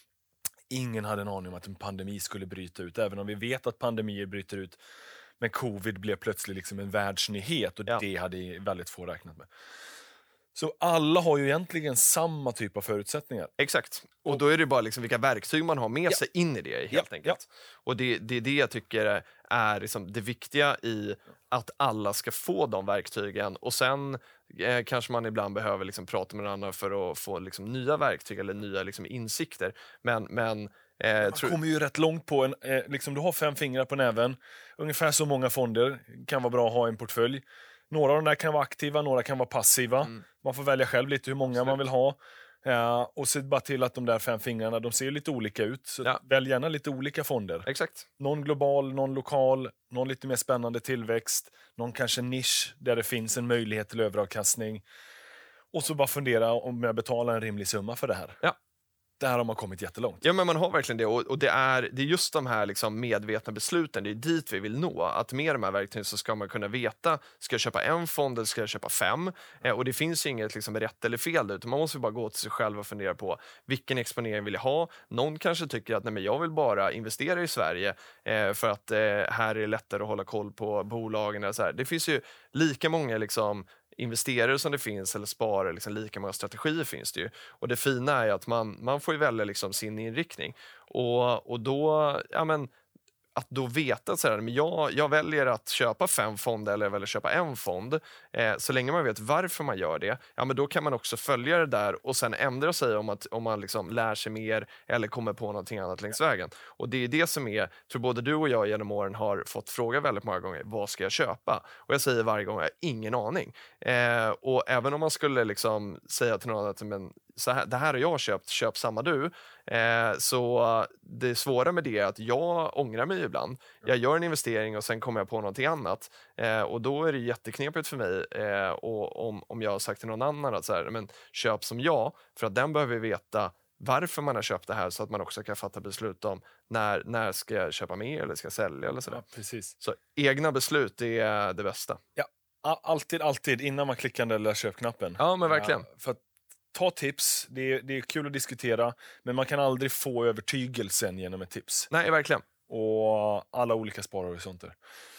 [SPEAKER 1] Ingen hade en aning om att en pandemi skulle bryta ut, även om vi vet att pandemier bryter ut. Men covid blev plötsligt liksom en världsnyhet och ja. det hade väldigt få räknat med. Så alla har ju egentligen samma typ av förutsättningar.
[SPEAKER 2] Exakt. Och då är det bara liksom vilka verktyg man har med ja. sig in i det helt ja. enkelt. Ja. Och det, det är det jag tycker är liksom det viktiga i att alla ska få de verktygen. Och sen eh, kanske man ibland behöver liksom prata med andra för att få liksom nya verktyg eller nya liksom insikter. Men... men Eh,
[SPEAKER 1] man tro- kommer ju rätt långt på en, eh, liksom du har fem fingrar på näven, ungefär så många fonder kan vara bra att ha i en portfölj. Några av de där kan vara aktiva, några kan vara passiva. Mm. Man får välja själv lite hur många Absolut. man vill ha. Ja, och se bara till att de där fem fingrarna, de ser lite olika ut. Så ja. välj gärna lite olika fonder.
[SPEAKER 2] Exakt.
[SPEAKER 1] Någon global, någon lokal, någon lite mer spännande tillväxt, någon kanske nisch där det finns en möjlighet till överavkastning. Och så bara fundera om jag betalar en rimlig summa för det här.
[SPEAKER 2] Ja.
[SPEAKER 1] Där har man kommit jättelångt.
[SPEAKER 2] Ja, men man har verkligen det. Och, och det, är, det är just de här liksom medvetna besluten, det är dit vi vill nå. Att med de här verktygen så ska man kunna veta, ska jag köpa en fond eller ska jag köpa fem? Eh, och det finns inget liksom rätt eller fel där, utan man måste bara gå till sig själv och fundera på vilken exponering vill jag ha? Någon kanske tycker att nej, men jag vill bara investera i Sverige eh, för att eh, här är det lättare att hålla koll på bolagen. Eller så här. Det finns ju lika många liksom investerare som det finns, eller sparare, liksom lika många strategier finns det ju. Och det fina är att man, man får ju välja liksom sin inriktning. Och, och då, ja men, att då veta så här, men jag, jag väljer att köpa fem fonder eller jag väljer att köpa en fond. Eh, så länge man vet varför man gör det, ja, men då kan man också följa det där och sen ändra sig om, att, om man liksom lär sig mer eller kommer på någonting annat längs vägen. Och det är det som är, tror både du och jag genom åren har fått fråga väldigt många gånger, vad ska jag köpa? Och jag säger varje gång, jag har ingen aning. Eh, och även om man skulle liksom säga till någon att men, så här, det här har jag köpt, köp samma du. Eh, så det svåra med det är att jag ångrar mig ibland. Jag gör en investering och sen kommer jag på någonting annat. Eh, och då är det jätteknepigt för mig eh, och om, om jag har sagt till någon annan att så här, men, köp som jag, för att den behöver veta varför man har köpt det här så att man också kan fatta beslut om när, när ska jag köpa mer eller ska jag sälja eller sådär.
[SPEAKER 1] Ja, precis.
[SPEAKER 2] Så egna beslut är det bästa.
[SPEAKER 1] Ja, alltid, alltid innan man klickar den där köpknappen.
[SPEAKER 2] Ja, men verkligen.
[SPEAKER 1] Ja, för att ta tips, det är, det är kul att diskutera, men man kan aldrig få övertygelsen genom ett tips.
[SPEAKER 2] Nej, verkligen.
[SPEAKER 1] Och alla olika sparhorisonter.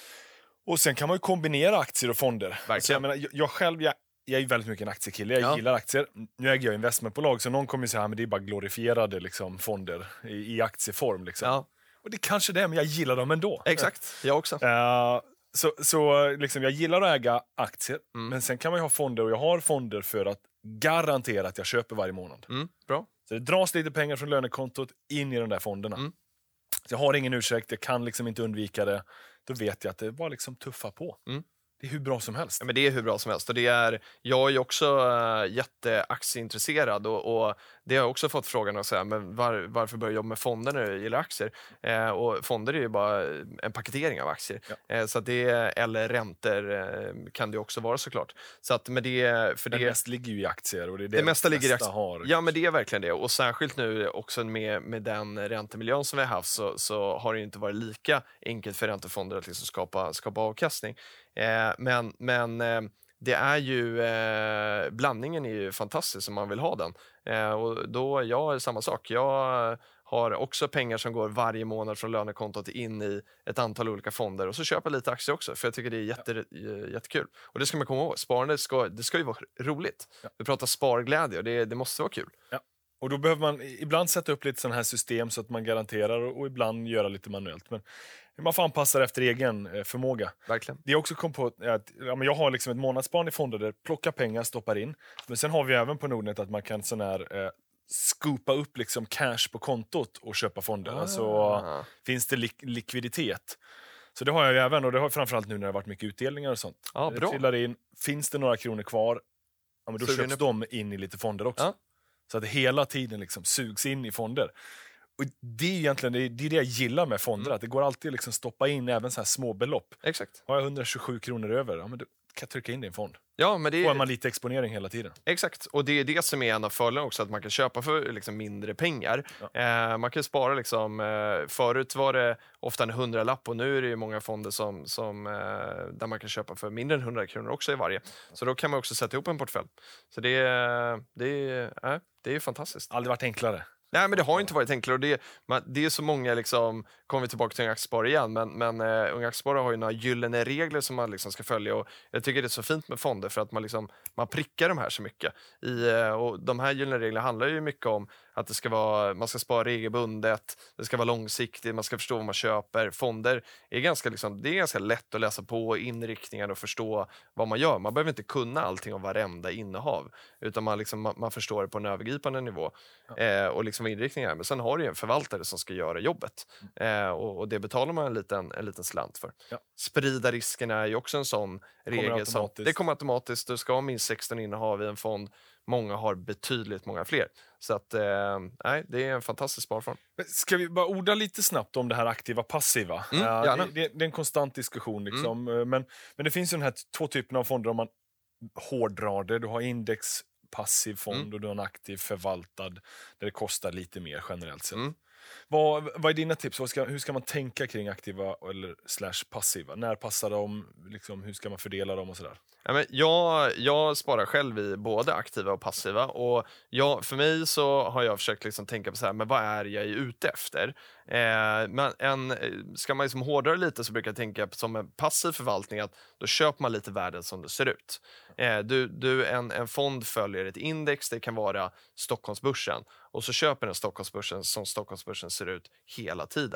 [SPEAKER 1] Och sen kan man ju kombinera aktier och fonder.
[SPEAKER 2] Verkligen.
[SPEAKER 1] Så jag, menar, jag, jag själv, jag, jag är väldigt mycket en aktiekille. Jag
[SPEAKER 2] Ja.
[SPEAKER 1] gillar aktier. Nu äger jag investmentbolag, så någon kommer ju säga att det är bara glorifierade liksom, fonder i, i aktieform. Liksom.
[SPEAKER 2] Ja.
[SPEAKER 1] Och det kanske det är, men jag gillar dem ändå.
[SPEAKER 2] Exakt, jag också.
[SPEAKER 1] Uh, så så liksom, jag gillar att äga aktier,
[SPEAKER 2] Mm.
[SPEAKER 1] men sen kan man ju ha fonder, och jag har fonder för att garantera att jag köper varje månad.
[SPEAKER 2] Mm, bra.
[SPEAKER 1] Så det dras lite pengar från lönekontot in i de där fonderna.
[SPEAKER 2] Mm.
[SPEAKER 1] Så jag har ingen ursäkt, jag kan liksom inte undvika det. Då vet jag att det bara liksom tuffa på.
[SPEAKER 2] Mm.
[SPEAKER 1] Det är hur bra som helst.
[SPEAKER 2] Ja, men det är hur bra som helst. Och det är, jag är ju också äh, jätteaktieintresserad och, och det har jag också fått frågan att säga, men var, varför börjar jag jobba med fonder när jag gillar aktier? Eh, och fonder är ju bara en paketering av aktier.
[SPEAKER 1] Ja.
[SPEAKER 2] Eh, så att det, eller räntor eh, kan det också vara såklart. Så att med det, för
[SPEAKER 1] det
[SPEAKER 2] det,
[SPEAKER 1] mest ligger ju i aktier, och det är det,
[SPEAKER 2] det mesta
[SPEAKER 1] de
[SPEAKER 2] ligger i
[SPEAKER 1] flesta
[SPEAKER 2] aktier.
[SPEAKER 1] har.
[SPEAKER 2] Ja, men det är verkligen det. Och särskilt nu också med, med den räntemiljön som vi har haft så, så har det inte varit lika enkelt för räntefonder att liksom skapa, skapa avkastning. Eh, men men eh, det är ju, eh, blandningen är ju fantastisk om man vill ha den. Eh, och då, jag är samma sak. Jag har också pengar som går varje månad från lönekontot in i ett antal olika fonder och så köper jag lite aktier också, för jag tycker det är jätte, ja. jättekul. Och det ska man komma ihåg, sparande ska, det ska ju vara roligt.
[SPEAKER 1] Ja.
[SPEAKER 2] Vi pratar sparglädje och det, det måste vara kul.
[SPEAKER 1] Ja. Och då behöver man ibland sätta upp lite sådana här system så att man garanterar, och, och ibland göra lite manuellt. Men man får anpassa det efter egen eh, förmåga.
[SPEAKER 2] Verkligen.
[SPEAKER 1] Det är också kom på att ja, men jag har liksom ett månadssparande i fonder där plocka pengar, stoppar in. Men sen har vi även på Nordnet att man kan sån här eh, scoopa upp liksom cash på kontot och köpa fonder.
[SPEAKER 2] Ah.
[SPEAKER 1] Alltså finns det lik- likviditet. Så det har jag ju även, och det har framförallt nu när det har varit mycket utdelningar och sånt.
[SPEAKER 2] Ja,
[SPEAKER 1] det
[SPEAKER 2] bra.
[SPEAKER 1] trillar in, finns det några kronor kvar, ja, men då
[SPEAKER 2] Suger
[SPEAKER 1] köps
[SPEAKER 2] ni-
[SPEAKER 1] de in i lite fonder också.
[SPEAKER 2] Ja.
[SPEAKER 1] Så att det hela tiden liksom sugs in i fonder. Och det är egentligen det, är det jag gillar med fonder,
[SPEAKER 2] Mm.
[SPEAKER 1] att det går alltid liksom stoppa in även så här små belopp.
[SPEAKER 2] Exakt.
[SPEAKER 1] Har jag hundratjugosju kronor över, ja, men då kan jag trycka in det i en fond.
[SPEAKER 2] Ja, men det
[SPEAKER 1] Då
[SPEAKER 2] är...
[SPEAKER 1] har man lite exponering hela tiden.
[SPEAKER 2] Exakt, och det är det som är en av fördelarna också, att man kan köpa för liksom mindre pengar.
[SPEAKER 1] Ja.
[SPEAKER 2] Eh, man kan spara liksom, eh, förut var det ofta en hundralapp och nu är det ju många fonder som, som, eh, där man kan köpa för mindre än hundra kronor också i varje. Så då kan man också sätta ihop en portfölj. Så det, är- det, är- eh, det är fantastiskt.
[SPEAKER 1] Aldrig varit enklare.
[SPEAKER 2] Nej, men det har inte varit enklare. Och det, man, det är så många, liksom, kommer vi tillbaka till Unga Aktiesparare igen, men, men uh, Unga Aktiesparare har ju några gyllene regler som man liksom ska följa. Och jag tycker det är så fint med fonder för att man, liksom, man prickar de här så mycket. I, uh, och de här gyllene reglerna handlar ju mycket om att det ska vara, man ska spara regelbundet, det ska vara långsiktigt, man ska förstå vad man köper. Fonder är ganska, liksom, det är ganska lätt att läsa på inriktningar och förstå vad man gör. Man behöver inte kunna allting om varenda innehav, utan man, liksom, man, man förstår det på en övergripande nivå.
[SPEAKER 1] Ja.
[SPEAKER 2] Eh, och liksom inriktningar. Men sen har du ju en förvaltare som ska göra jobbet. Eh, och, och det betalar man en liten, en liten slant för.
[SPEAKER 1] Ja.
[SPEAKER 2] Sprida riskerna är ju också en sån regel. Som,
[SPEAKER 1] automatiskt.
[SPEAKER 2] det kommer automatiskt. Du ska ha minst sexton innehav i en fond. Många har betydligt många fler. Så att, eh, nej, det är en fantastisk sparform.
[SPEAKER 1] Men ska vi bara orda lite snabbt om det här aktiva passiva?
[SPEAKER 2] Mm,
[SPEAKER 1] Ja,
[SPEAKER 2] gärna.
[SPEAKER 1] det, det, det är en konstant diskussion. Liksom. Men, men det finns ju den här två typerna av fonder om man hårdrar det. Du har index passiv fond
[SPEAKER 2] Mm.
[SPEAKER 1] och du har en aktiv förvaltad där det kostar lite mer generellt sett.
[SPEAKER 2] Mm.
[SPEAKER 1] Vad, vad är dina tips? Vad ska, hur ska man tänka kring aktiva eller slash passiva? När passar de? Liksom, hur ska man fördela dem och sådär?
[SPEAKER 2] Ja, men jag, jag sparar själv i både aktiva och passiva. Och jag, för mig så har jag försökt liksom tänka på så här, men vad är jag ute efter? Eh, men en, ska man liksom hårdare lite så brukar jag tänka som en passiv förvaltning att då köper man lite värden som det ser ut. Eh, du, du, en, en fond följer ett index, det kan vara Stockholmsbörsen. Och så köper den Stockholmsbörsen som Stockholmsbörsen ser ut hela tiden.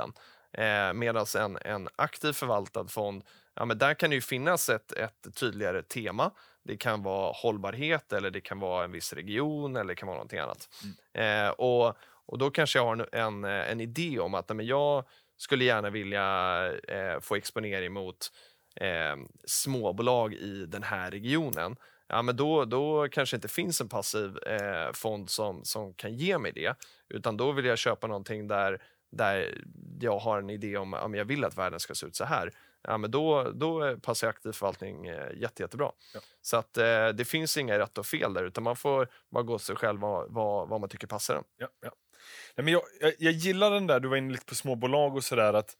[SPEAKER 2] Eh, Medan en, en aktiv förvaltad fond, ja, men där kan det ju finnas ett, ett tydligare tema. Det kan vara hållbarhet, eller det kan vara en viss region, eller det kan vara någonting annat. Mm. Eh, och, och då kanske jag har en, en idé om att men jag skulle gärna vilja eh, få exponering mot eh, småbolag i den här regionen. Ja, men då, då kanske inte finns en passiv eh, fond som, som kan ge mig det. Utan då vill jag köpa någonting där, där jag har en idé om att jag vill att världen ska se ut så här. Ja, men då, då passar aktiv förvaltning eh, jätte, jättebra. Ja. Så att eh, det finns inga rätt och fel där, utan man får bara gå sig själv vad, vad, vad man tycker passar den.
[SPEAKER 1] Ja, ja. Nej, men jag, jag, jag gillar den där, du var inne lite på småbolag och sådär, att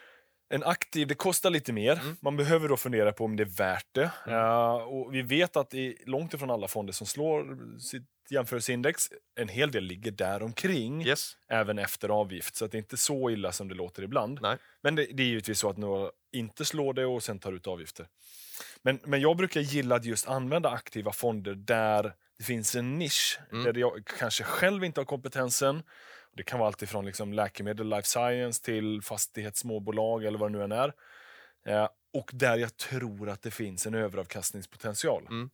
[SPEAKER 1] en aktiv, det kostar lite mer. Mm. Man behöver då fundera på om det är värt det. Mm. Uh, och vi vet att i, långt ifrån alla fonder som slår sitt jämförelseindex, en hel del ligger där omkring,
[SPEAKER 2] yes.
[SPEAKER 1] även efter avgift. Så att det är inte så illa som det låter ibland.
[SPEAKER 2] Nej.
[SPEAKER 1] Men det, det är givetvis så att några inte slår det och sen tar ut avgifter. Men, men jag brukar gilla att just använda aktiva fonder där det finns en nisch, mm. där jag kanske själv inte har kompetensen. Det kan vara allt ifrån liksom läkemedel, life science till fastighetssmåbolag eller vad det nu än är. Eh, och där jag tror att det finns en överavkastningspotential.
[SPEAKER 2] Mm.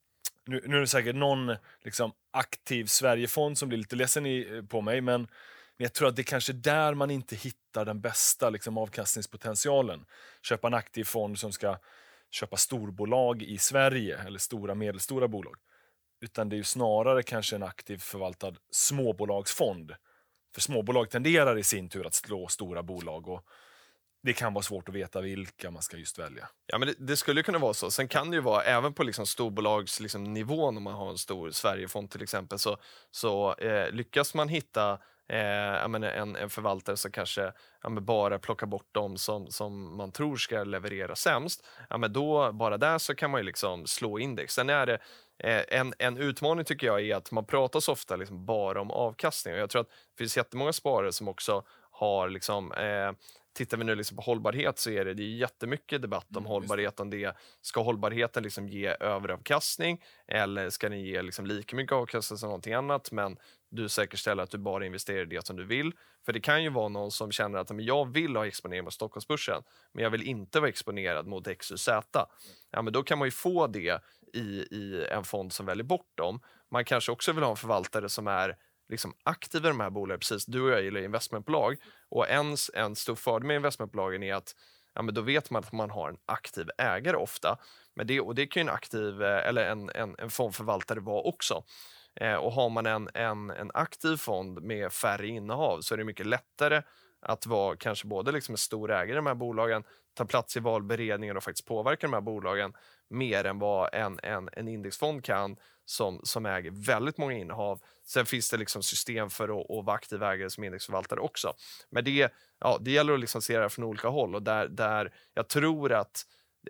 [SPEAKER 1] Nu, nu är det säkert någon liksom, aktiv Sverigefond som blir lite ledsen i, på mig, men, men jag tror att det är kanske där man inte hittar den bästa liksom, avkastningspotentialen. Köpa en aktiv fond som ska köpa storbolag i Sverige eller stora medelstora bolag. Utan det är ju snarare kanske en aktiv förvaltad småbolagsfond. För småbolag tenderar i sin tur att slå stora bolag och det kan vara svårt att veta vilka man ska just välja.
[SPEAKER 2] Ja, men det, det skulle kunna vara så. Sen kan det ju vara, även på liksom storbolags liksom, nivån, om man har en stor Sverigefond till exempel, så, så eh, lyckas man hitta eh, jag menar, en, en förvaltare som kanske ja, men bara plockar bort dem som, som man tror ska leverera sämst. Ja, men då, bara där så kan man ju liksom slå index. Sen är det En, en utmaning tycker jag är att man pratar så ofta liksom bara om avkastning. Och jag tror att det finns jättemånga sparare som också har, liksom, eh, tittar vi nu liksom på hållbarhet, så är det, det är jättemycket debatt om mm, hållbarhet. Om det, ska hållbarheten liksom ge överavkastning eller ska den ge liksom lika mycket avkastning som någonting annat, men du säkerställer att du bara investerar i det som du vill. För det kan ju vara någon som känner att men jag vill ha exponering mot Stockholmsbörsen, men jag vill inte vara exponerad mot X Y Z. Ja, men då kan man ju få det i, i en fond som väljer bort dem. Man kanske också vill ha en förvaltare som är liksom aktiv i de här bolagen. Precis, du och jag gillar investmentbolag. Och en, en stor fördel med investmentbolagen är att ja, men då vet man att man har en aktiv ägare ofta. Men det, och det kan ju en aktiv eller en, en, en fondförvaltare vara också. Eh, och har man en, en, en aktiv fond med färre innehav så är det mycket lättare att vara kanske både liksom en stor ägare i de här bolagen, ta plats i valberedningen och faktiskt påverka de här bolagen mer än vad en, en, en indexfond kan som, som äger väldigt många innehav. Sen finns det liksom system för att, att vara aktiv ägare som indexförvaltare också. Men det, ja, det gäller att liksom se det från olika håll, och där, där jag tror att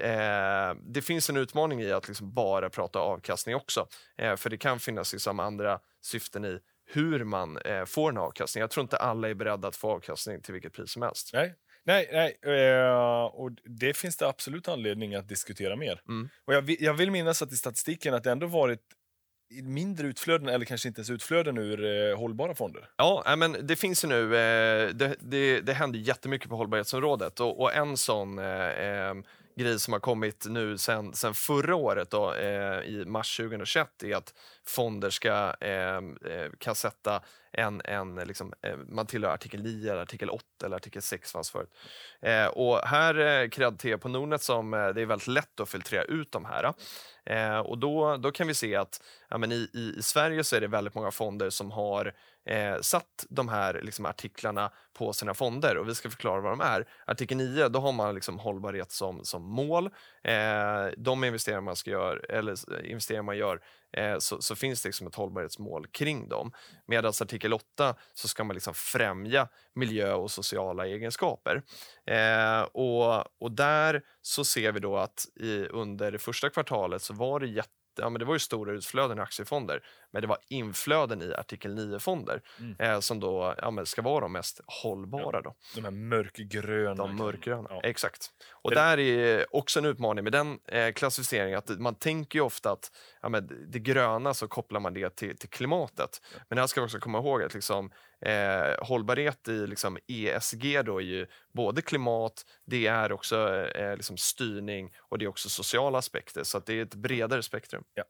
[SPEAKER 2] Eh, det finns en utmaning i att liksom bara prata avkastning också. Eh, för det kan finnas liksom andra syften i hur man eh, får en avkastning. Jag tror inte alla är beredda att få avkastning till vilket pris som helst.
[SPEAKER 1] Nej, nej, nej. Eh, och det finns det absolut anledning att diskutera mer.
[SPEAKER 2] Mm.
[SPEAKER 1] Och jag, jag vill minnas att i statistiken att det ändå varit mindre utflöden, eller kanske inte ens utflöden ur eh, hållbara fonder.
[SPEAKER 2] Ja, men det finns ju nu, eh, det, det, det händer jättemycket på hållbarhetsområdet, och, och en sån eh, eh, grej som har kommit nu sen, sen förra året då, eh, i mars tjugohundratjugoett är att fonder ska eh, kan sätta en, en liksom, eh, man tillhör artikel nio eller artikel åtta eller artikel sex fanns förut. Eh, och här eh, krediterar jag på Nordnet som eh, det är väldigt lätt att filtrera ut de här. Eh, och då, då kan vi se att ja, men i, i, i Sverige så är det väldigt många fonder som har eh, satt de här liksom, artiklarna på sina fonder, och vi ska förklara vad de är. Artikel nio, då har man liksom hållbarhet som, som mål. Eh, de investeringar man ska göra, eller investeringar man gör, eh, så, så finns det liksom ett hållbarhetsmål kring dem. Medan artikel åtta så ska man liksom främja miljö och sociala egenskaper. Eh, och, och där så ser vi då att i, under det första kvartalet så var det jätte Ja, men det var ju stora utflöden i aktiefonder, men det var inflöden i artikel nio-fonder mm. eh, som då ja, men ska vara de mest hållbara.
[SPEAKER 1] Ja,
[SPEAKER 2] då.
[SPEAKER 1] de här mörkgröna.
[SPEAKER 2] De mörkgröna, ja. Exakt. Och
[SPEAKER 1] det...
[SPEAKER 2] där är också en utmaning med den eh, klassificeringen, att man tänker ju ofta att ja, men det gröna så kopplar man det till, till klimatet. Ja. Men här ska vi också komma ihåg att liksom, eh, hållbarhet i liksom E S G då är ju både klimat, det är också eh, liksom styrning och det är också sociala aspekter. Så att det är ett bredare spektrum.
[SPEAKER 1] Ja.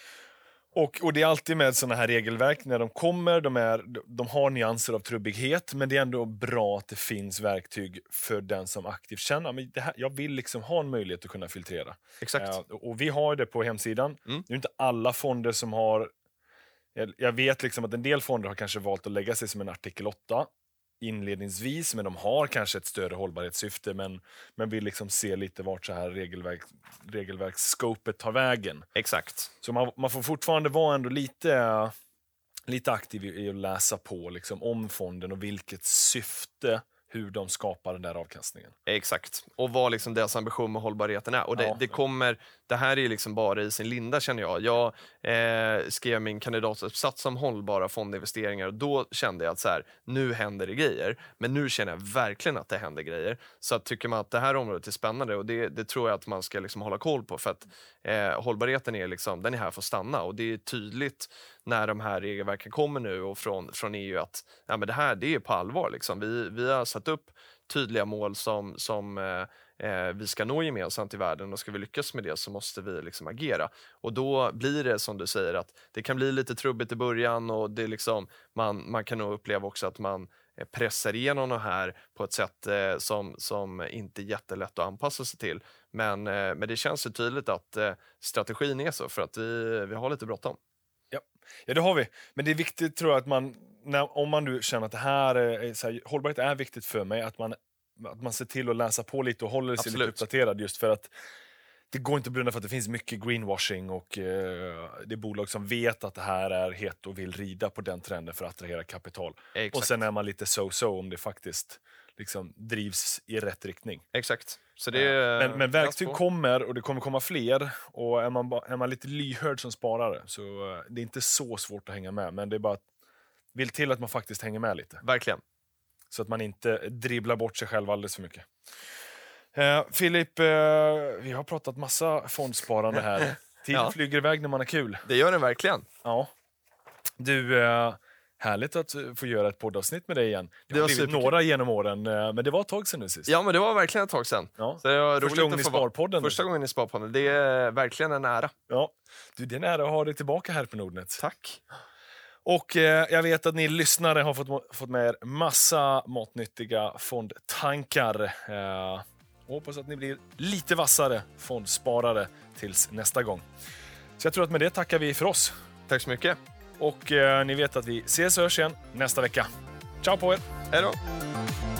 [SPEAKER 1] Och, och det är alltid med såna här regelverk när de kommer, de, är, de har nyanser av trubbighet, men det är ändå bra att det finns verktyg för den som aktivt känner men det här, jag vill liksom ha en möjlighet att kunna filtrera.
[SPEAKER 2] Exakt.
[SPEAKER 1] Uh, och vi har det på hemsidan.
[SPEAKER 2] Mm.
[SPEAKER 1] Det är inte alla fonder som har, jag, jag vet liksom att en del fonder har kanske valt att lägga sig som en artikel åtta inledningsvis, men de har kanske ett större hållbarhetssyfte, men, men vill liksom se lite vart så här regelverk, regelverksskopet tar vägen.
[SPEAKER 2] Exakt.
[SPEAKER 1] Så man, man får fortfarande vara ändå lite, lite aktiv i att läsa på liksom, om fonden och vilket syfte, hur de skapar den där avkastningen.
[SPEAKER 2] Exakt. Och vad liksom deras ambition med hållbarheten är. Och det,
[SPEAKER 1] Ja.
[SPEAKER 2] det kommer, det här är liksom bara i sin linda känner jag. Jag eh, skrev min kandidatuppsats om hållbara fondinvesteringar och då kände jag att så här, nu händer det grejer. Men nu känner jag verkligen att det händer grejer. Så att tycker man att det här området är spännande och det, det tror jag att man ska liksom hålla koll på. För att eh, hållbarheten är liksom, den är här för att stanna och det är tydligt när de här regelverken kommer nu och från, från E U att ja, men det här det är på allvar. Liksom. Vi, vi har satt upp tydliga mål som, som eh, eh, vi ska nå gemensamt i världen och ska vi lyckas med det så måste vi liksom agera. Och då blir det som du säger att det kan bli lite trubbigt i början och det liksom, man, man kan nog uppleva också att man pressar igenom det här på ett sätt eh, som, som inte är jättelätt att anpassa sig till. Men, eh, men det känns ju tydligt att eh, strategin är så för att vi, vi har lite bråttom.
[SPEAKER 1] Ja. ja, det har vi. Men det är viktigt tror jag att man, när, om man nu känner att det här är, så här, hållbarhet är viktigt för mig, att man, att man ser till att läsa på lite och håller sig
[SPEAKER 2] Absolut.
[SPEAKER 1] lite uppdaterad just för att det går inte att blunda för att det finns mycket greenwashing och eh, det är bolag som vet att det här är hett och vill rida på den trenden för att attrahera kapital.
[SPEAKER 2] Exakt.
[SPEAKER 1] Och sen är man lite so-so om det faktiskt liksom drivs i rätt riktning.
[SPEAKER 2] Exakt. Så det är,
[SPEAKER 1] men, men verktyg kommer och det kommer komma fler och är man, ba, är man lite lyhörd som sparare så uh, det är inte så svårt att hänga med, men det är bara att vill till att man faktiskt hänger med lite.
[SPEAKER 2] Verkligen.
[SPEAKER 1] Så att man inte dribblar bort sig själv alldeles för mycket. Uh, Filip, uh, vi har pratat massa fondsparande här. Tiden
[SPEAKER 2] Ja.
[SPEAKER 1] flyger iväg när man är kul.
[SPEAKER 2] Det gör den verkligen.
[SPEAKER 1] Ja. Du, uh, härligt att få göra ett poddavsnitt med dig igen. Det,
[SPEAKER 2] Det
[SPEAKER 1] har
[SPEAKER 2] var
[SPEAKER 1] blivit
[SPEAKER 2] superkul.
[SPEAKER 1] några genom åren, uh, men det var ett tag sedan nu sist.
[SPEAKER 2] Ja, men det var verkligen ett tag sedan.
[SPEAKER 1] Ja.
[SPEAKER 2] Så det var
[SPEAKER 1] Första
[SPEAKER 2] roligt
[SPEAKER 1] gången
[SPEAKER 2] att
[SPEAKER 1] i
[SPEAKER 2] få vara-
[SPEAKER 1] Sparpodden.
[SPEAKER 2] Första gången i Sparpodden. Det är verkligen en ära.
[SPEAKER 1] Ja. Du, det är nära att ha dig tillbaka här på Nordnet.
[SPEAKER 2] Tack.
[SPEAKER 1] Och eh, jag vet att ni lyssnare har fått, fått med er massa matnyttiga fondtankar. Eh, och hoppas att ni blir lite vassare fondsparare tills nästa gång. Så jag tror att med det tackar vi för oss.
[SPEAKER 2] Tack så mycket.
[SPEAKER 1] Och eh, ni vet att vi ses och hörs igen nästa vecka. Ciao på er!
[SPEAKER 2] Hej då.